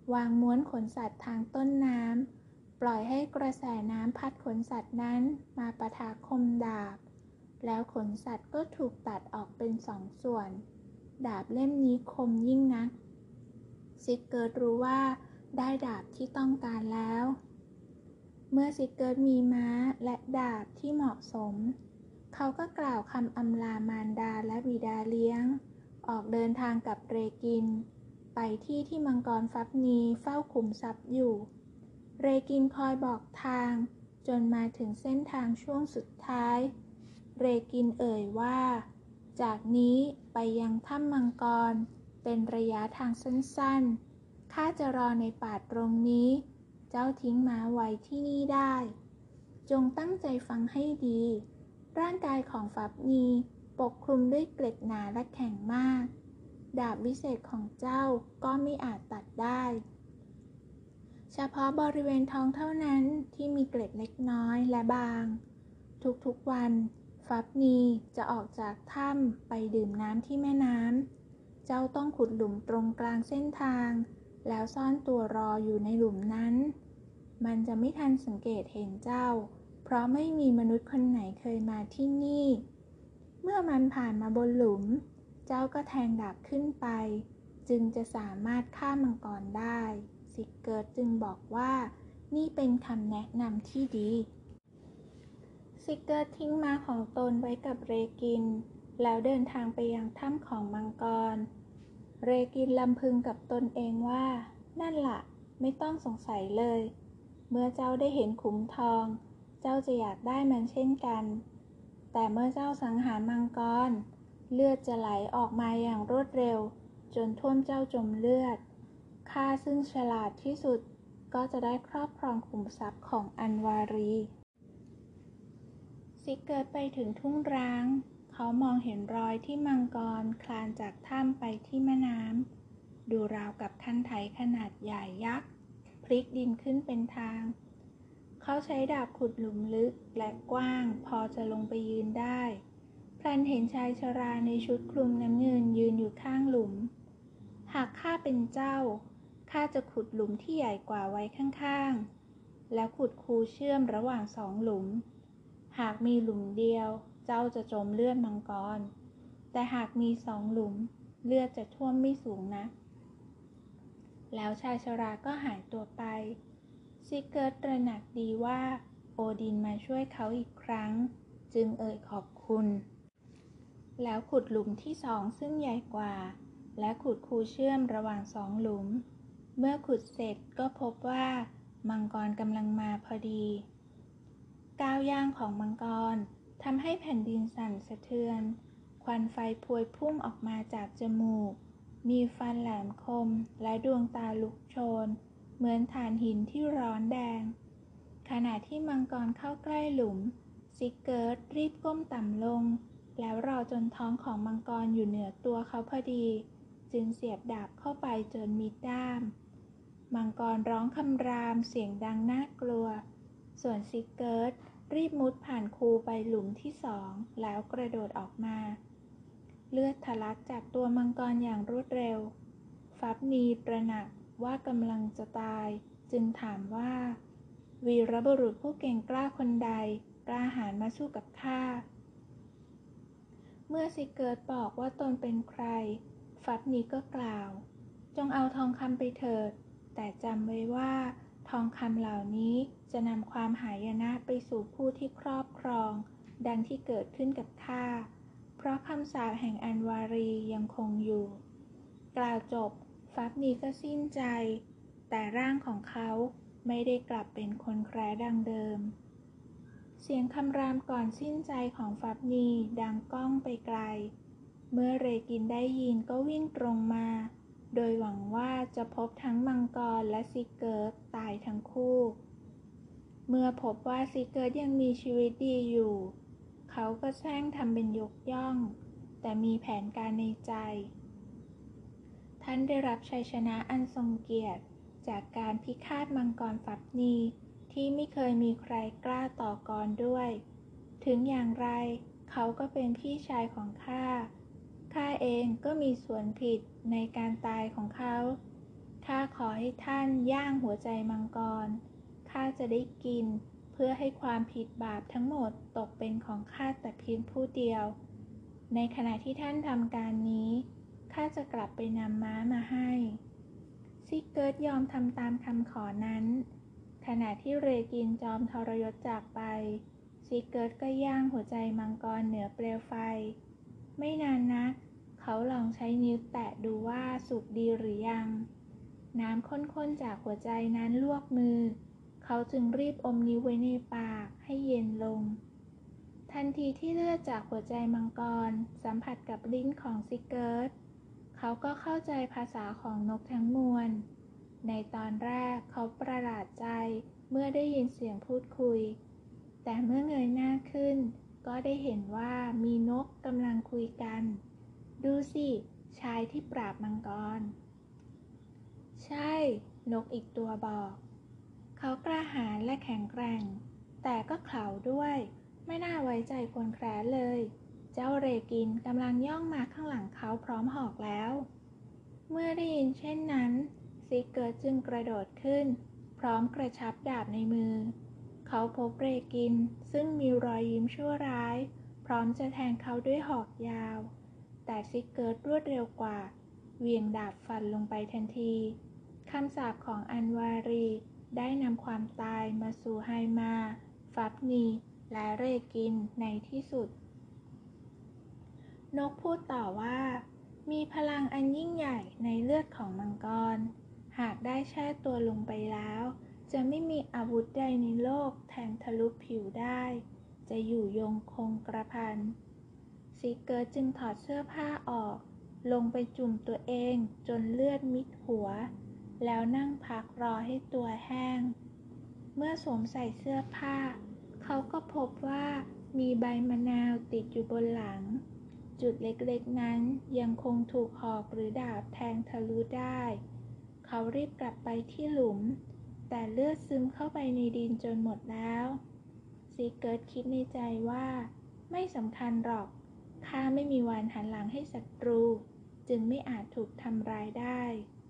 วางม้วนขนสัตว์ทางต้นน้ำปล่อยให้กระแสน้ำพัดขนสัตว์นั้นมาปะทะคมดาบแล้วขนสัตว์ก็ถูกตัดออกเป็นสองส่วนดาบเล่มนี้คมยิ่งนักซิกเกิร์ตรู้ว่าได้ดาบที่ต้องการแล้วเมื่อซิกเกิร์ตมีม้าและดาบที่เหมาะสมเขาก็กล่าวคำอำลามารดาและบิดาเลี้ยงออกเดินทางกับเรกินไปที่มังกรฟัฟนีเฝ้าขุมทรัพย์อยู่เรกินคอยบอกทางจนมาถึงเส้นทางช่วงสุดท้ายเรกินเอ่ยว่าจากนี้ไปยังถ้ำมังกรเป็นระยะทางสั้นๆข้าจะรอในป่าตรงนี้เจ้าทิ้งม้าไว้ที่นี่ได้จงตั้งใจฟังให้ดีร่างกายของฟัฟนีปกคลุมด้วยเกล็ดหนาและแข็งมากดาบวิเศษของเจ้าก็ไม่อาจตัดได้เฉพาะบริเวณท้องเท่านั้นที่มีเกล็ดเล็กน้อยและบางทุกๆวันฟัฟนีจะออกจากถ้ำไปดื่มน้ำที่แม่น้ำเจ้าต้องขุดหลุมตรงกลางเส้นทางแล้วซ่อนตัวรออยู่ในหลุมนั้นมันจะไม่ทันสังเกตเห็นเจ้าเพราะไม่มีมนุษย์คนไหนเคยมาที่นี่เมื่อมันผ่านมาบนหลุมเจ้าก็แทงดาบขึ้นไปจึงจะสามารถฆ่ามังกรได้ซิกเกิร์ตจึงบอกว่านี่เป็นคำแนะนำที่ดีซิกเกิร์ตทิ้งม้าของตนไว้กับเรกินแล้วเดินทางไปยังถ้ำของมังกรเรกินลำพึงกับตนเองว่านั่นล่ะไม่ต้องสงสัยเลยเมื่อเจ้าได้เห็นขุมทองเจ้าจะอยากได้มันเช่นกันแต่เมื่อเจ้าสังหารมังกรเลือดจะไหลออกมาอย่างรวดเร็วจนท่วมเจ้าจมเลือดข้าซึ่งฉลาดที่สุดก็จะได้ครอบครองขุมทรัพย์ของอันวารีซิกเกิร์ตไปถึงทุ่งร้างเขามองเห็นรอยที่มังกรคลานจากถ้ำไปที่แม่น้ำดูราวกับคันไถขนาดใหญ่ยักษ์พลิกดินขึ้นเป็นทางเขาใช้ดาบขุดหลุมลึกและกว้างพอจะลงไปยืนได้พลันเห็นชายชราในชุดคลุมน้ำเงินยืนอยู่ข้างหลุมหากข้าเป็นเจ้าข้าจะขุดหลุมที่ใหญ่กว่าไว้ข้างๆแล้วขุดคูเชื่อมระหว่างสองหลุมหากมีหลุมเดียวเจ้าจะจมเลือดมังกรแต่หากมีสองหลุมเลือดจะท่วมไม่สูงนักแล้วชายชราก็หายตัวไปซิกเกิร์ตตระหนักดีว่าโอดินมาช่วยเขาอีกครั้งจึงเอ่ยขอบคุณแล้วขุดหลุมที่สองซึ่งใหญ่กว่าและขุดคูเชื่อมระหว่างสองหลุมเมื่อขุดเสร็จก็พบว่ามังกรกำลังมาพอดีก้าวย่างของมังกรทำให้แผ่นดินสั่นสะเทือนควันไฟพวยพุ่งออกมาจากจมูกมีฟันแหลมคมและดวงตาลุกโชนเหมือนถ่านหินที่ร้อนแดงขณะที่มังกรเข้าใกล้หลุมซิกเกิร์ตรีบก้มต่ำลงแล้วรอจนท้องของมังกรอยู่เหนือตัวเขาพอดีจึงเสียบดาบเข้าไปจนมิดด้ามมังกรร้องคำรามเสียงดังน่ากลัวส่วนซิกเกิร์ตรีบมุดผ่านคูไปหลุมที่สองแล้วกระโดดออกมาเลือดทะลักจากตัวมังกรอย่างรวดเร็วฟัฟนีตระหนักว่ากำลังจะตายจึงถามว่าวีรบุรุษผู้เก่งกล้าคนใดกล้าหาญมาสู้กับข้าเมื่อซิกเกิร์ตบอกว่าตนเป็นใครฟัฟนีก็กล่าวจงเอาทองคำไปเถิดแต่จำไว้ว่าทองคำเหล่านี้จะนำความหายนะไปสู่ผู้ที่ครอบครองดังที่เกิดขึ้นกับข้าเพราะคำสาปแห่งอันวารียังคงอยู่กล่าวจบฟัฟนีก็สิ้นใจแต่ร่างของเขาไม่ได้กลับเป็นคนแคระดังเดิมเสียงคำรามก่อนสิ้นใจของฟัฟนีดังก้องไปไกลเมื่อเรกินได้ยินก็วิ่งตรงมาโดยหวังว่าจะพบทั้งมังกรและซิกเกิร์ตตายทั้งคู่เมื่อพบว่าซิกเกิร์ตยังมีชีวิตดีอยู่เขาก็แช่งทำเป็นยกย่องแต่มีแผนการในใจท่านได้รับชัยชนะอันทรงเกียรติจากการพิฆาตมังกรฟัฟนีที่ไม่เคยมีใครกล้าต่อกรด้วยถึงอย่างไรเขาก็เป็นพี่ชายของข้าเองก็มีส่วนผิดในการตายของเขาข้าขอให้ท่านย่างหัวใจมังกรข้าจะได้กินเพื่อให้ความผิดบาปทั้งหมดตกเป็นของข้าแต่เพียงผู้เดียวในขณะที่ท่านทำการนี้ข้าจะกลับไปนำม้ามาให้ซิกเกิร์ตยอมทำตามคำขอนั้นขณะที่เรกินจอมทรยศจากไปซิกเกิร์ตก็ย่างหัวใจมังกรเหนือเปลวไฟไม่นานนักเขาลองใช้นิ้วแตะดูว่าสุกดีหรือยังน้ำข้นๆจากหัวใจนั้นลวกมือเขาจึงรีบอมนิ้วไว้ในปากให้เย็นลงทันทีที่เลือดจากหัวใจมังกรสัมผัสกับลิ้นของซิกเกิร์ตเขาก็เข้าใจภาษาของนกทั้งมวลในตอนแรกเขาประหลาดใจเมื่อได้ยินเสียงพูดคุยแต่เมื่อเงยหน้าขึ้นก็ได้เห็นว่ามีนกกำลังคุยกันดูสิชายที่ปราบมังกรใช่นกอีกตัวบอกเขากล้าหาญและแข็งแกร่งแต่ก็เขลาด้วยไม่น่าไว้ใจคนแคร์เลยเจ้าเรกินกำลังย่องมาข้างหลังเขาพร้อมหอกแล้วเมื่อได้ยินเช่นนั้นซิกเกิร์ตจึงกระโดดขึ้นพร้อมกระชับดาบในมือเขาพบเรกินซึ่งมีรอยยิ้มชั่วร้ายพร้อมจะแทงเขาด้วยหอกยาวแต่ซิกเกิร์ตรวดเร็วกว่าเหวี่ยงดาบฟันลงไปทันทีคำสาปของอันวารีได้นำความตายมาสู่ไฮมาฟับนีและเรกินในที่สุดนกพูดต่อว่ามีพลังอันยิ่งใหญ่ในเลือดของมังกรหากได้แช่ตัวลงไปแล้วจะไม่มีอาวุธใดในโลกแทงทะลุผิวได้จะอยู่ยงคงกระพันซิกเกิร์ตจึงถอดเสื้อผ้าออกลงไปจุ่มตัวเองจนเลือดมิดหัวแล้วนั่งพักรอให้ตัวแห้งเมื่อสวมใส่เสื้อผ้าเขาก็พบว่ามีใบมะนาวติดอยู่บนหลังจุดเล็กๆนั้นยังคงถูกหอกหรือดาบแทงทะลุได้เขารีบกลับไปที่หลุมแต่เลือดซึมเข้าไปในดินจนหมดแล้วซิกเกิร์ตคิดในใจว่าไม่สำคัญหรอกข้าไม่มีวันหันหลังให้ศัตรูจึงไม่อาจถูกทำร้ายได้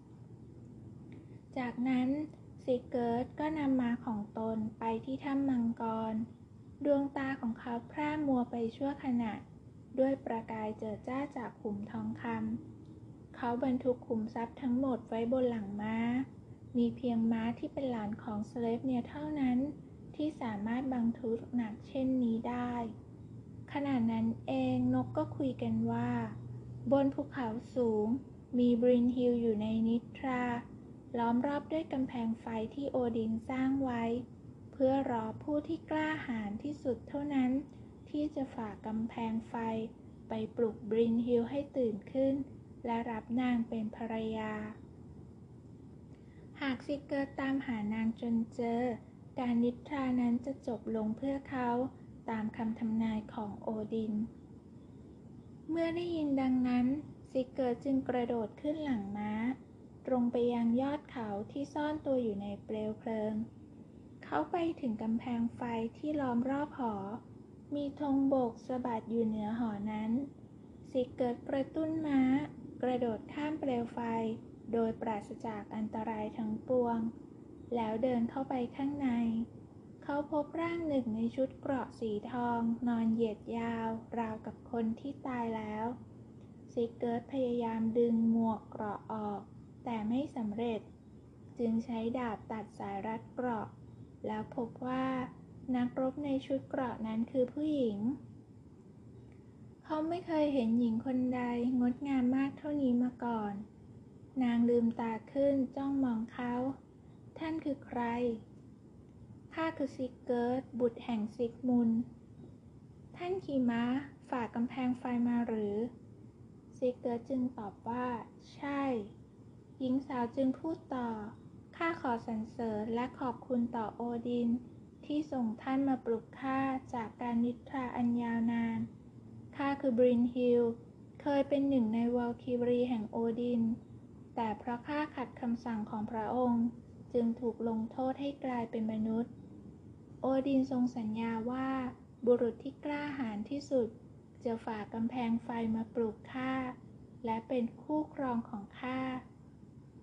จากนั้นซิกเกิร์ตก็นำม้าของตนไปที่ถ้ำมังกรดวงตาของเขาพร่ามัวไปชั่วขณะด้วยประกายเจิดจ้าจากขุมทองคำเขาบรรทุกขุมทรัพย์ทั้งหมดไว้บนหลังม้ามีเพียงม้าที่เป็นหลานของสเลฟเนียเท่านั้นที่สามารถบรรทุกหนักเช่นนี้ได้ขณะนั้นเองนกก็คุยกันว่าบนภูเขาสูงมีบรินฮิลอยู่ในนิทราล้อมรอบด้วยกำแพงไฟที่โอดินสร้างไว้เพื่อรอผู้ที่กล้าหาญที่สุดเท่านั้นที่จะฝ่ากำแพงไฟไปปลุกบรินฮิลให้ตื่นขึ้นและรับนางเป็นภรรยาหากซิกเกิร์ตตามหานางจนเจอการนิทรานั้นจะจบลงเพื่อเขาตามคำทำนายของโอดินเมื่อได้ยินดังนั้นซิกเกิร์ตจึงกระโดดขึ้นหลังม้าตรงไปยังยอดเขาที่ซ่อนตัวอยู่ในเปลวเพลิงเขาไปถึงกำแพงไฟที่ล้อมรอบหอมีธงโบกสะบัดอยู่เหนือหอนั้นซิกเกิร์ตกระตุ้นม้ากระโดดข้ามเปลวไฟโดยปราศจากอันตรายทั้งปวงแล้วเดินเข้าไปข้างในเขาพบร่างหนึ่งในชุดเกราะสีทองนอนเหยียดยาวราวกับคนที่ตายแล้วซิกเกิร์ตพยายามดึงหมวกเกราะออกแต่ไม่สำเร็จจึงใช้ดาบตัดสายรัดเกราะแล้วพบว่านักรบในชุดเกราะนั้นคือผู้หญิงเขาไม่เคยเห็นหญิงคนใดงดงามมากเท่านี้มาก่อนนางลืมตาขึ้นจ้องมองเขาท่านคือใครข้าคือซิกเกิร์ตบุตรแห่งซิกมุนท่านขี่ม้าฝ่ากำแพงไฟมาหรือซิกเกิร์ตจึงตอบว่าใช่หญิงสาวจึงพูดต่อข้าขอสรรเสริญและขอบคุณต่อโอดินที่ส่งท่านมาปลุกข้าจากการนิทราอันยาวนานข้าคือบรินฮิลเคยเป็นหนึ่งในวอลคิรีแห่งโอดินแต่เพราะข้าขัดคำสั่งของพระองค์จึงถูกลงโทษให้กลายเป็นมนุษย์โอดินทรงสัญญาว่าบุรุษที่กล้าหาญที่สุดจะฝ่ากำแพงไฟมาปลุกข้าและเป็นคู่ครองของข้าซิ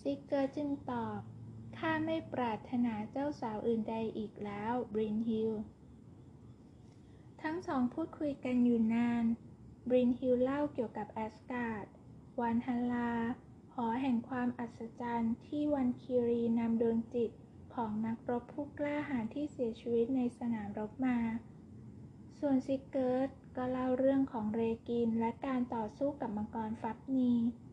ซิกเกอร์จึงตอบข้าไม่ปรารถนาเจ้าสาวอื่นใดอีกแล้วบรินฮิลทั้งสองพูดคุยกันอยู่นานบรินฮิลเล่าเกี่ยวกับแอสการ์ดวาลฮัลลาหอแห่งความอัศจรรย์ที่วันคีรีนำดวงจิตของนักรบผู้กล้าหาญที่เสียชีวิตในสนามรบมาส่วนซิกเกิร์ตก็เล่าเรื่องของเรกินและการต่อสู้กับมังกรฟัฟนี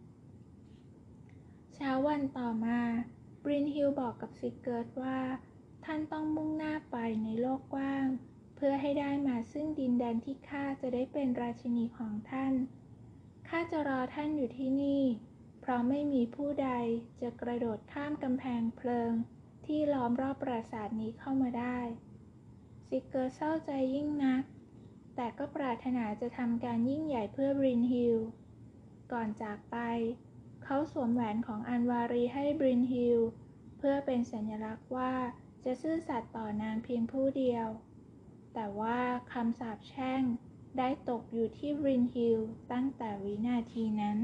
เช้าวันต่อมาบรินฮิลบอกกับซิกเกิร์ตว่าท่านต้องมุ่งหน้าไปในโลกกว้างเพื่อให้ได้มาซึ่งดินแดนที่ข้าจะได้เป็นราชินีของท่านข้าจะรอท่านอยู่ที่นี่เพราะไม่มีผู้ใดจะกระโดดข้ามกำแพงเพลิงที่ล้อมรอบปราสาทนี้เข้ามาได้ซิกเกิร์ตเศร้าใจยิ่งนักแต่ก็ปรารถนาจะทำการยิ่งใหญ่เพื่อบรินฮิลก่อนจากไปเขาสวมแหวนของอันวารีให้บรินฮิลเพื่อเป็นสัญลักษณ์ว่าจะซื่อสัตย์ต่อนางเพียงผู้เดียวแต่ว่าคำสาปแช่งได้ตกอยู่ที่บรินฮิลตั้งแต่วินาทีนั้น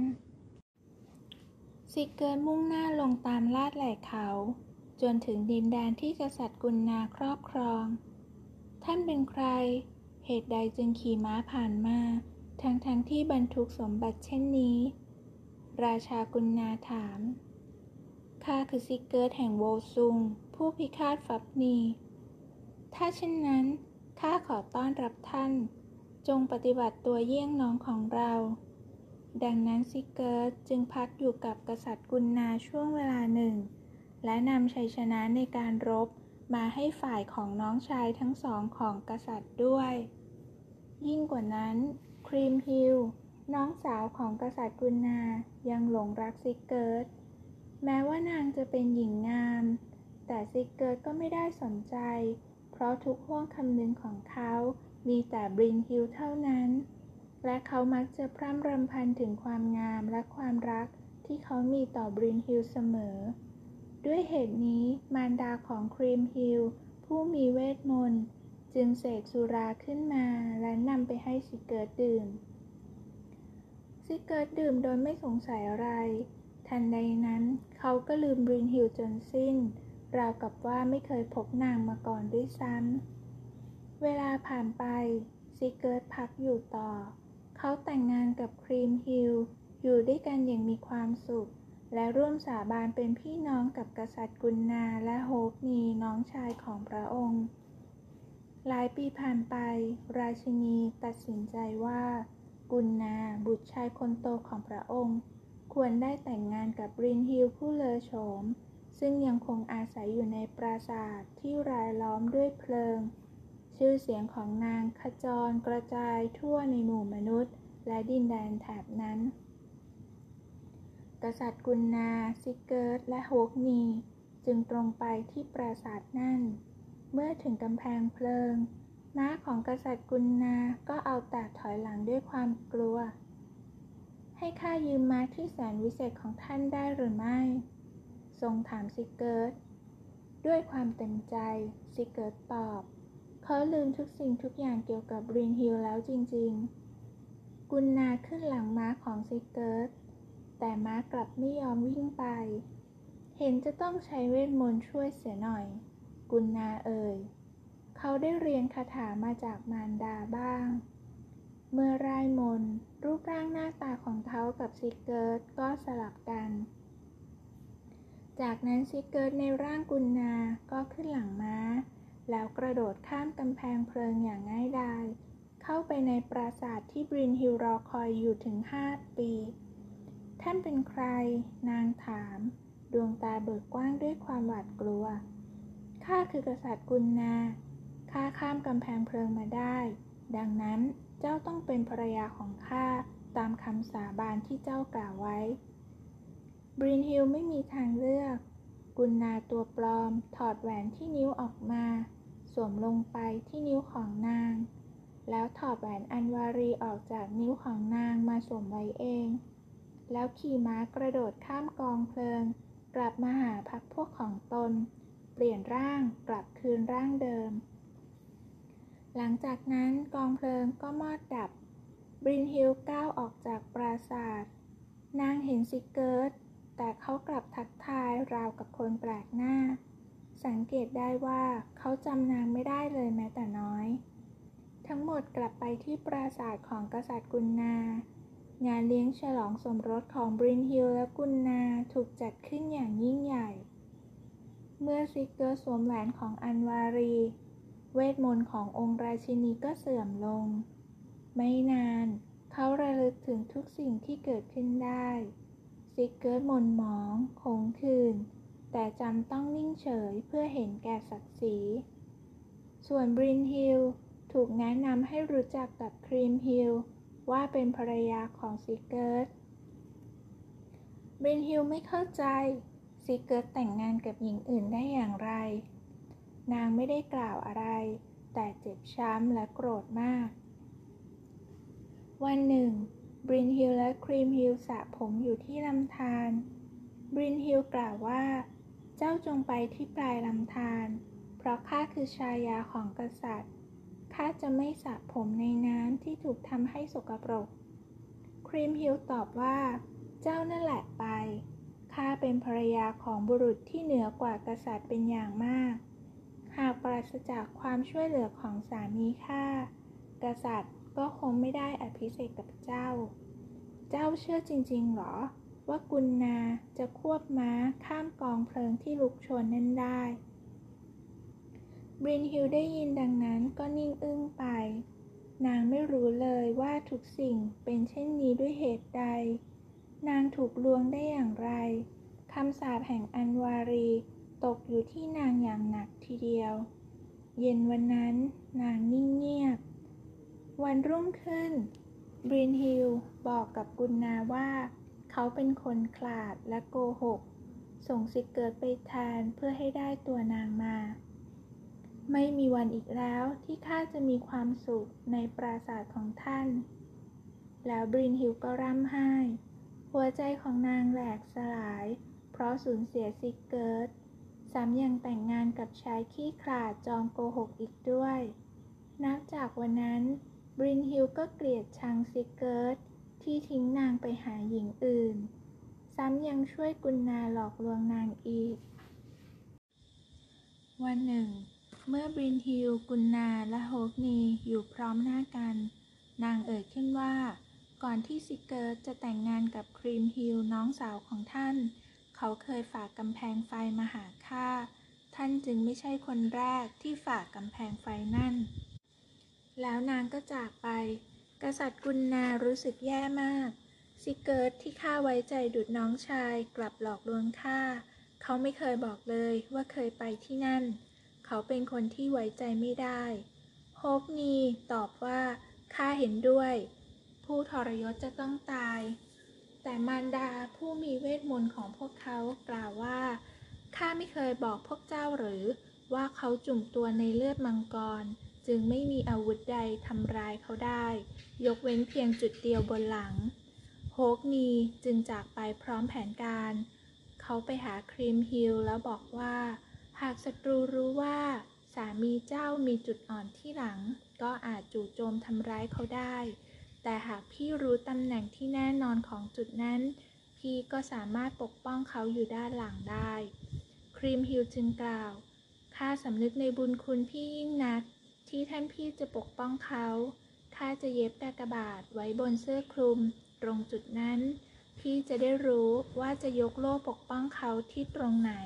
ซิกเกิร์ตมุ่งหน้าลงตามลาดไหล่เขาจนถึงดินแดนที่กษัตริย์กุนนาครอบครองท่านเป็นใครเหตุใดจึงขี่ม้าผ่านมาทั้งที่บรรทุกสมบัติเช่นนี้ราชากุนนาถามข้าคือซิกเกิร์ตแห่งโวซุงผู้พิฆาตฟัฟนีถ้าเช่นนั้นข้าขอต้อนรับท่านจงปฏิบัติตัวเยี่ยงน้องของเราดังนั้นซิกเกิร์ตจึงพักอยู่กับกษัตริย์กุนนาช่วงเวลาหนึ่งและนำชัยชนะในการรบมาให้ฝ่ายของน้องชายทั้งสองของกษัตริย์ด้วยยิ่งกว่านั้นครีมฮิลน้องสาวของกษัตริย์กุนนายังหลงรักซิกเกิร์ตแม้ว่านางจะเป็นหญิงงามแต่ซิกเกิร์ตก็ไม่ได้สนใจเพราะทุกห้วงคำนึงของเขามีแต่บรินฮิลเท่านั้นและเขามักจะพร่ำรำพันถึงความงามและความรักที่เขามีต่อบรินฮิลเสมอด้วยเหตุนี้มารดาของครีมฮิลผู้มีเวทมนต์จึงเสกสุราขึ้นมาและนำไปให้ซิกเกิร์ตดื่มซิกเกิร์ตดื่มโดยไม่สงสัยอะไรทันใดนั้นเขาก็ลืมบรินฮิลจนสิ้นราวกับว่าไม่เคยพบนางมาก่อนด้วยซ้ำเวลาผ่านไปซิกเกิร์ตพักอยู่ต่อเขาแต่งงานกับครีมฮิลอยู่ด้วยกันอย่างมีความสุขและร่วมสาบานเป็นพี่น้องกับกษัตริย์กุนนาและโฮกนีน้องชายของพระองค์หลายปีผ่านไปราชินีตัดสินใจว่ากุนนาบุตรชายคนโตของพระองค์ควรได้แต่งงานกับบรินฮิลผู้เลอโฉมซึ่งยังคงอาศัยอยู่ในปราสาทที่รายล้อมด้วยเพลิงชื่อเสียงของนางขจรกระจายทั่วในหมู่มนุษย์และดินแดนแถบนั้นกษัตริย์กุนนาซิกเกิร์ตและโฮกนีจึงตรงไปที่ปราสาทนั่นเมื่อถึงกำแพงเพลิงม้าของกษัตริย์กุนนาก็เอาแต่ถอยหลังด้วยความกลัวให้ข้ายืมม้าที่แสนวิเศษของท่านได้หรือไม่ทรงถามซิกเกิร์ตด้วยความเต็มใจซิกเกิร์ตตอบเขาลืมทุกสิ่งทุกอย่างเกี่ยวกับบรินฮิลแล้วจริงๆกุนนาขึ้นหลังม้าของซิกเกิร์ตแต่ม้ากลับไม่ยอมวิ่งไปเห็นจะต้องใช้เวทมนต์ช่วยเสียหน่อยกุนนาเอ่ยเขาได้เรียนคาถามาจากมารดาบ้างเมื่อร่ายมนต์รูปร่างหน้าตาของเขากับซิกเกิร์ตก็สลับกันจากนั้นซิกเกิร์ตในร่างกุนนาก็ขึ้นหลังม้าแล้วกระโดดข้ามกำแพงเพลิงอย่างง่ายดายเข้าไปในปราสาทที่บรินฮิลรอคอยอยู่ถึง5 ปีท่านเป็นใครนางถามดวงตาเบิกกว้างด้วยความหวาดกลัวข้าคือกษัตริย์กุนนาข้าข้ามกำแพงเพลิงมาได้ดังนั้นเจ้าต้องเป็นภรรยาของข้าตามคำสาบานที่เจ้ากล่าวไว้บรินฮิลไม่มีทางเลือกกุนนาตัวปลอมถอดแหวนที่นิ้วออกมาสวมลงไปที่นิ้วของนางแล้วถอดแหวนอัญวารีออกจากนิ้วของนางมาสวมไว้เองแล้วขี่ม้ากระโดดข้ามกองเพลิงกลับมาหาพรรคพวกของตนเปลี่ยนร่างกลับคืนร่างเดิมหลังจากนั้นกองเพลิงก็มอดดับบรินฮิลก้าวออกจากปราสาทนางเห็นซิกเกิร์ตแต่เขากลับทักทายราวกับคนแปลกหน้าสังเกตได้ว่าเขาจำนางไม่ได้เลยแม้แต่น้อยทั้งหมดกลับไปที่ปราสาทของกษัตริย์กุนนางานเลี้ยงฉลองสมรสของบรินฮิลและกุนนาถูกจัดขึ้นอย่างยิ่งใหญ่เมื่อซิกเกอร์สวมแหวนของอันวารีเวทมนต์ขององค์ราชินีก็เสื่อมลงไม่นานเขาระลึกถึงทุกสิ่งที่เกิดขึ้นได้ซิกเกอร์หม่นหมองขมขื่นแต่จำต้องนิ่งเฉยเพื่อเห็นแก่ศักดิ์ศรีส่วนบรินฮิลถูกแนะนำให้รู้จักกับครีมฮิลว่าเป็นภรรยาของซิกเกิร์ตบรินฮิลไม่เข้าใจซิกเกิร์ตแต่งงานกับหญิงอื่นได้อย่างไรนางไม่ได้กล่าวอะไรแต่เจ็บช้ำและโกรธมากวันหนึ่งบรินฮิลและครีมฮิลสระผมอยู่ที่ลำธารบรินฮิลกล่าวว่าเจ้าจงไปที่ปลายลำธารเพราะข้าคือชายาของกษัตริย์ข้าจะไม่สระผมในน้ำที่ถูกทำให้สกปรกครีมฮิลตอบว่าเจ้านั่นแหละไปข้าเป็นภรรยาของบุรุษที่เหนือกว่ากษัตริย์เป็นอย่างมากหากปราศจากความช่วยเหลือของสามีข้ากษัตริย์ก็คงไม่ได้อภิเษกกับเจ้าเชื่อจริงๆหรอว่ากุนนาจะควบม้าข้ามกองเพลิงที่ลุกโชนนั้นได้บรินฮิลได้ยินดังนั้นก็นิ่งอึ้งไปนางไม่รู้เลยว่าทุกสิ่งเป็นเช่นนี้ด้วยเหตุใดนางถูกลวงได้อย่างไรคำสาปแห่งอันวารีตกอยู่ที่นางอย่างหนักทีเดียวเย็นวันนั้นนางนิ่งเงียบวันรุ่งขึ้นบรินฮิลบอกกับกุนนาว่าเขาเป็นคนขลาดและโกหกส่งซิกเกิร์ตไปแทนเพื่อให้ได้ตัวนางมาไม่มีวันอีกแล้วที่ข้าจะมีความสุขในปราสาทของท่านแล้วบรินฮิลก็ร่ำไห้หัวใจของนางแหลกสลายเพราะสูญเสียซิกเกิร์ตซ้ำยังแต่งงานกับชายขี้ขลาดจอมโกหกอีกด้วยนับจากวันนั้นบรินฮิลก็เกลียดชังซิกเกิร์ตที่ทิ้งนางไปหาหญิงอื่นซ้ำยังช่วยกุนนาหลอกลวงนางอีกวันหนึ่งเมื่อบรินฮิลกุนนาและโฮกนีอยู่พร้อมหน้ากันนางเอ่ยขึ้นว่าก่อนที่ซิกเกิร์ตจะแต่งงานกับครีมฮิลน้องสาวของท่านเขาเคยฝากกำแพงไฟมาหาข้าท่านจึงไม่ใช่คนแรกที่ฝากกำแพงไฟนั่นแล้วนางก็จากไปกษัตริย์กุนนารู้สึกแย่มากซิกเกิร์ตที่ข้าไว้ใจดุจน้องชายกลับหลอกลวงข้าเขาไม่เคยบอกเลยว่าเคยไปที่นั่นเขาเป็นคนที่ไว้ใจไม่ได้โฮกนีตอบว่าข้าเห็นด้วยผู้ทรยศจะต้องตายแต่มารดาผู้มีเวทมนต์ของพวกเขากล่าวว่าข้าไม่เคยบอกพวกเจ้าหรือว่าเขาจุ่มตัวในเลือดมังกรจึงไม่มีอาวุธใดทำร้ายเขาได้ยกเว้นเพียงจุดเดียวบนหลังโฮกนีจึงจากไปพร้อมแผนการเขาไปหาครีมฮิลแล้วบอกว่าหากศัตรูรู้ว่าสามีเจ้ามีจุดอ่อนที่หลังก็อาจจู่โจมทำร้ายเขาได้แต่หากพี่รู้ตำแหน่งที่แน่นอนของจุดนั้นพี่ก็สามารถปกป้องเขาอยู่ด้านหลังได้ครีมฮิลจึงกล่าวข้าสำนึกในบุญคุณพี่ยิ่งนักที่ท่านพี่จะปกป้องเขาข้าจะเย็บกากบาทไว้บนเสื้อคลุมตรงจุดนั้นพี่จะได้รู้ว่าจะยกโล่ปกป้องเขาที่ตรงไหน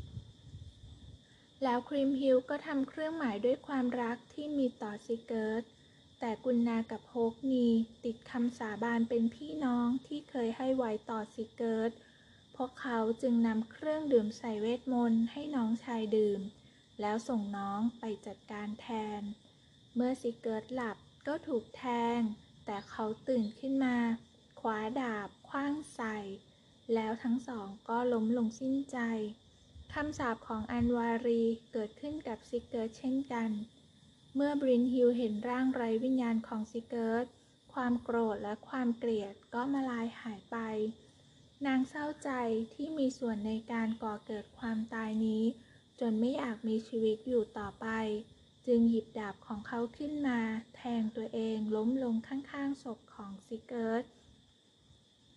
แล้วครีมฮิลก็ทำเครื่องหมายด้วยความรักที่มีต่อซิกเกิร์ตแต่กุนนากับโฮกนีติดคำสาบานเป็นพี่น้องที่เคยให้ไว้ต่อซิกเกิร์ตพวกเขาจึงนำเครื่องดื่มใส่เวทมนต์ให้น้องชายดื่มแล้วส่งน้องไปจัดการแทนเมื่อซิกเกิร์ตหลับก็ถูกแทงแต่เขาตื่นขึ้นมาคว้าดาบขว้างใส่แล้วทั้งสองก็ล้มลงสิ้นใจคำสาปของอันวารีเกิดขึ้นกับซิกเกิร์ตเช่นกันเมื่อบรินฮิลเห็นร่างไร้วิญญาณของซิกเกิร์ตความโกรธและความเกลียดก็มาลายหายไปนางเศร้าใจที่มีส่วนในการก่อเกิดความตายนี้จนไม่อยากมีชีวิตอยู่ต่อไปจึงหยิบดาบของเขาขึ้นมาแทงตัวเองล้มลงข้างๆศพของซิกเกิร์ต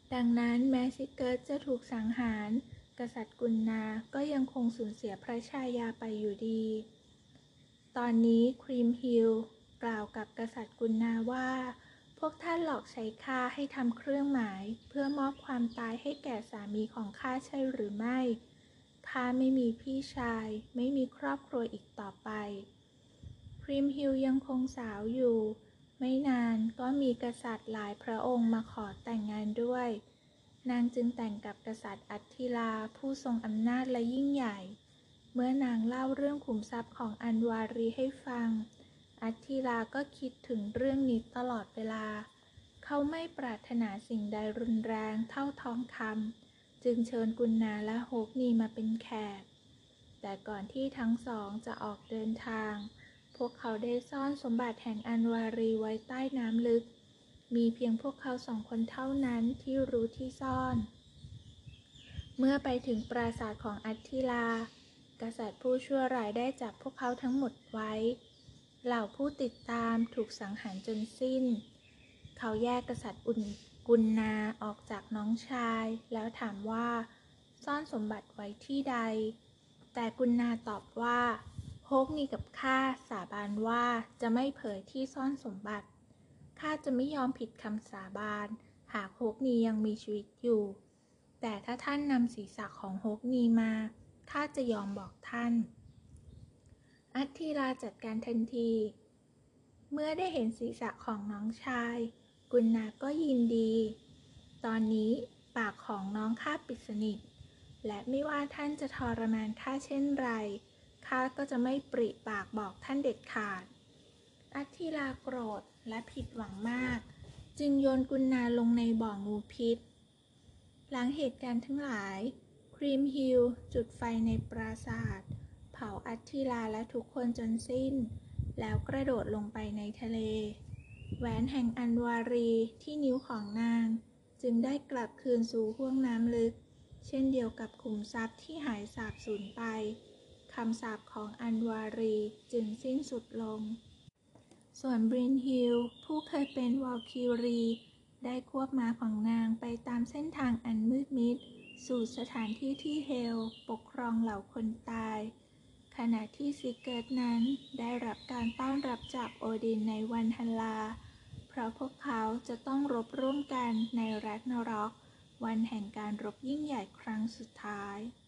ดังนั้นแม้ซิกเกิร์ตจะถูกสังหาร กษัตริย์กุนนาก็ยังคงสูญเสียพระชายาไปอยู่ดี ตอนนี้ครีมฮิลกล่าวกับกษัตริย์กุนนาว่าพวกท่านหลอกใช้ข้าให้ทำเครื่องหมายเพื่อมอบความตายให้แก่สามีของข้าใช่หรือไม่ข้าไม่มีพี่ชายไม่มีครอบครัวอีกต่อไปครีมฮิลยังคงสาวอยู่ไม่นานก็มีกษัตริย์หลายพระองค์มาขอแต่งงานด้วยนางจึงแต่งกับกษัตริย์อัตทิลาผู้ทรงอำนาจและยิ่งใหญ่เมื่อนางเล่าเรื่องขุมทรัพย์ของอันวารีให้ฟังอัตทิลาก็คิดถึงเรื่องนี้ตลอดเวลาเขาไม่ปรารถนาสิ่งใดรุนแรงเท่าทองคำจึงเชิญกุนนาและโฮกนีมาเป็นแขกแต่ก่อนที่ทั้งสองจะออกเดินทางพวกเขาได้ซ่อนสมบัติแห่งอันวารีไว้ใต้น้ำลึกมีเพียงพวกเขา2 คนเท่านั้นที่รู้ที่ซ่อนเมื่อไปถึงปราสาทของอัตทิลากษัตริย์ผู้ชั่วร้ายได้จับพวกเขาทั้งหมดไว้เหล่าผู้ติดตามถูกสังหารจนสิ้นเขาแยกกษัตริย์กุนนาออกจากน้องชายแล้วถามว่าซ่อนสมบัติไว้ที่ใดแต่กุนนาตอบว่าโฮกนีกับข้าสาบานว่าจะไม่เผยที่ซ่อนสมบัติข้าจะไม่ยอมผิดคำสาบานหากโฮกนียังมีชีวิตอยู่แต่ถ้าท่านนำศีรษะของโฮกนีมาข้าจะยอมบอกท่านอัตทิลาจัดการทันทีเมื่อได้เห็นศีรษะของน้องชายกุนนาก็ยินดีตอนนี้ปากของน้องข้าปิดสนิทและไม่ว่าท่านจะทรมานข้าเช่นไรข้าก็จะไม่ปริปากบอกท่านเด็ดขาดอัตทิลาโกรธและผิดหวังมากจึงโยนกุนนาลงในบ่องูพิษหลังเหตุการณ์ทั้งหลายครีมฮิลจุดไฟในปราสาทเผาอัตทิลาและทุกคนจนสิ้นแล้วกระโดดลงไปในทะเลแหวนแห่งอันวารีที่นิ้วของนางจึงได้กลับคืนสู่ห้วงน้ำลึกเช่นเดียวกับขุมทรัพย์ที่หายสาบสูญไปคำสาปของอันวารีจึงสิ้นสุดลงส่วนบรินฮิลผู้เคยเป็นวอลคิรีได้ควบม้าของนางไปตามเส้นทางอันมืดมิดสู่สถานที่ที่เฮลปกครองเหล่าคนตายขณะที่ซิกเกิร์ตนั้นได้รับการต้อนรับจากโอดินในวันฮัลลาเพราะพวกเขาจะต้องรบร่วมกันในแร็กนาร็อกวันแห่งการรบยิ่งใหญ่ครั้งสุดท้าย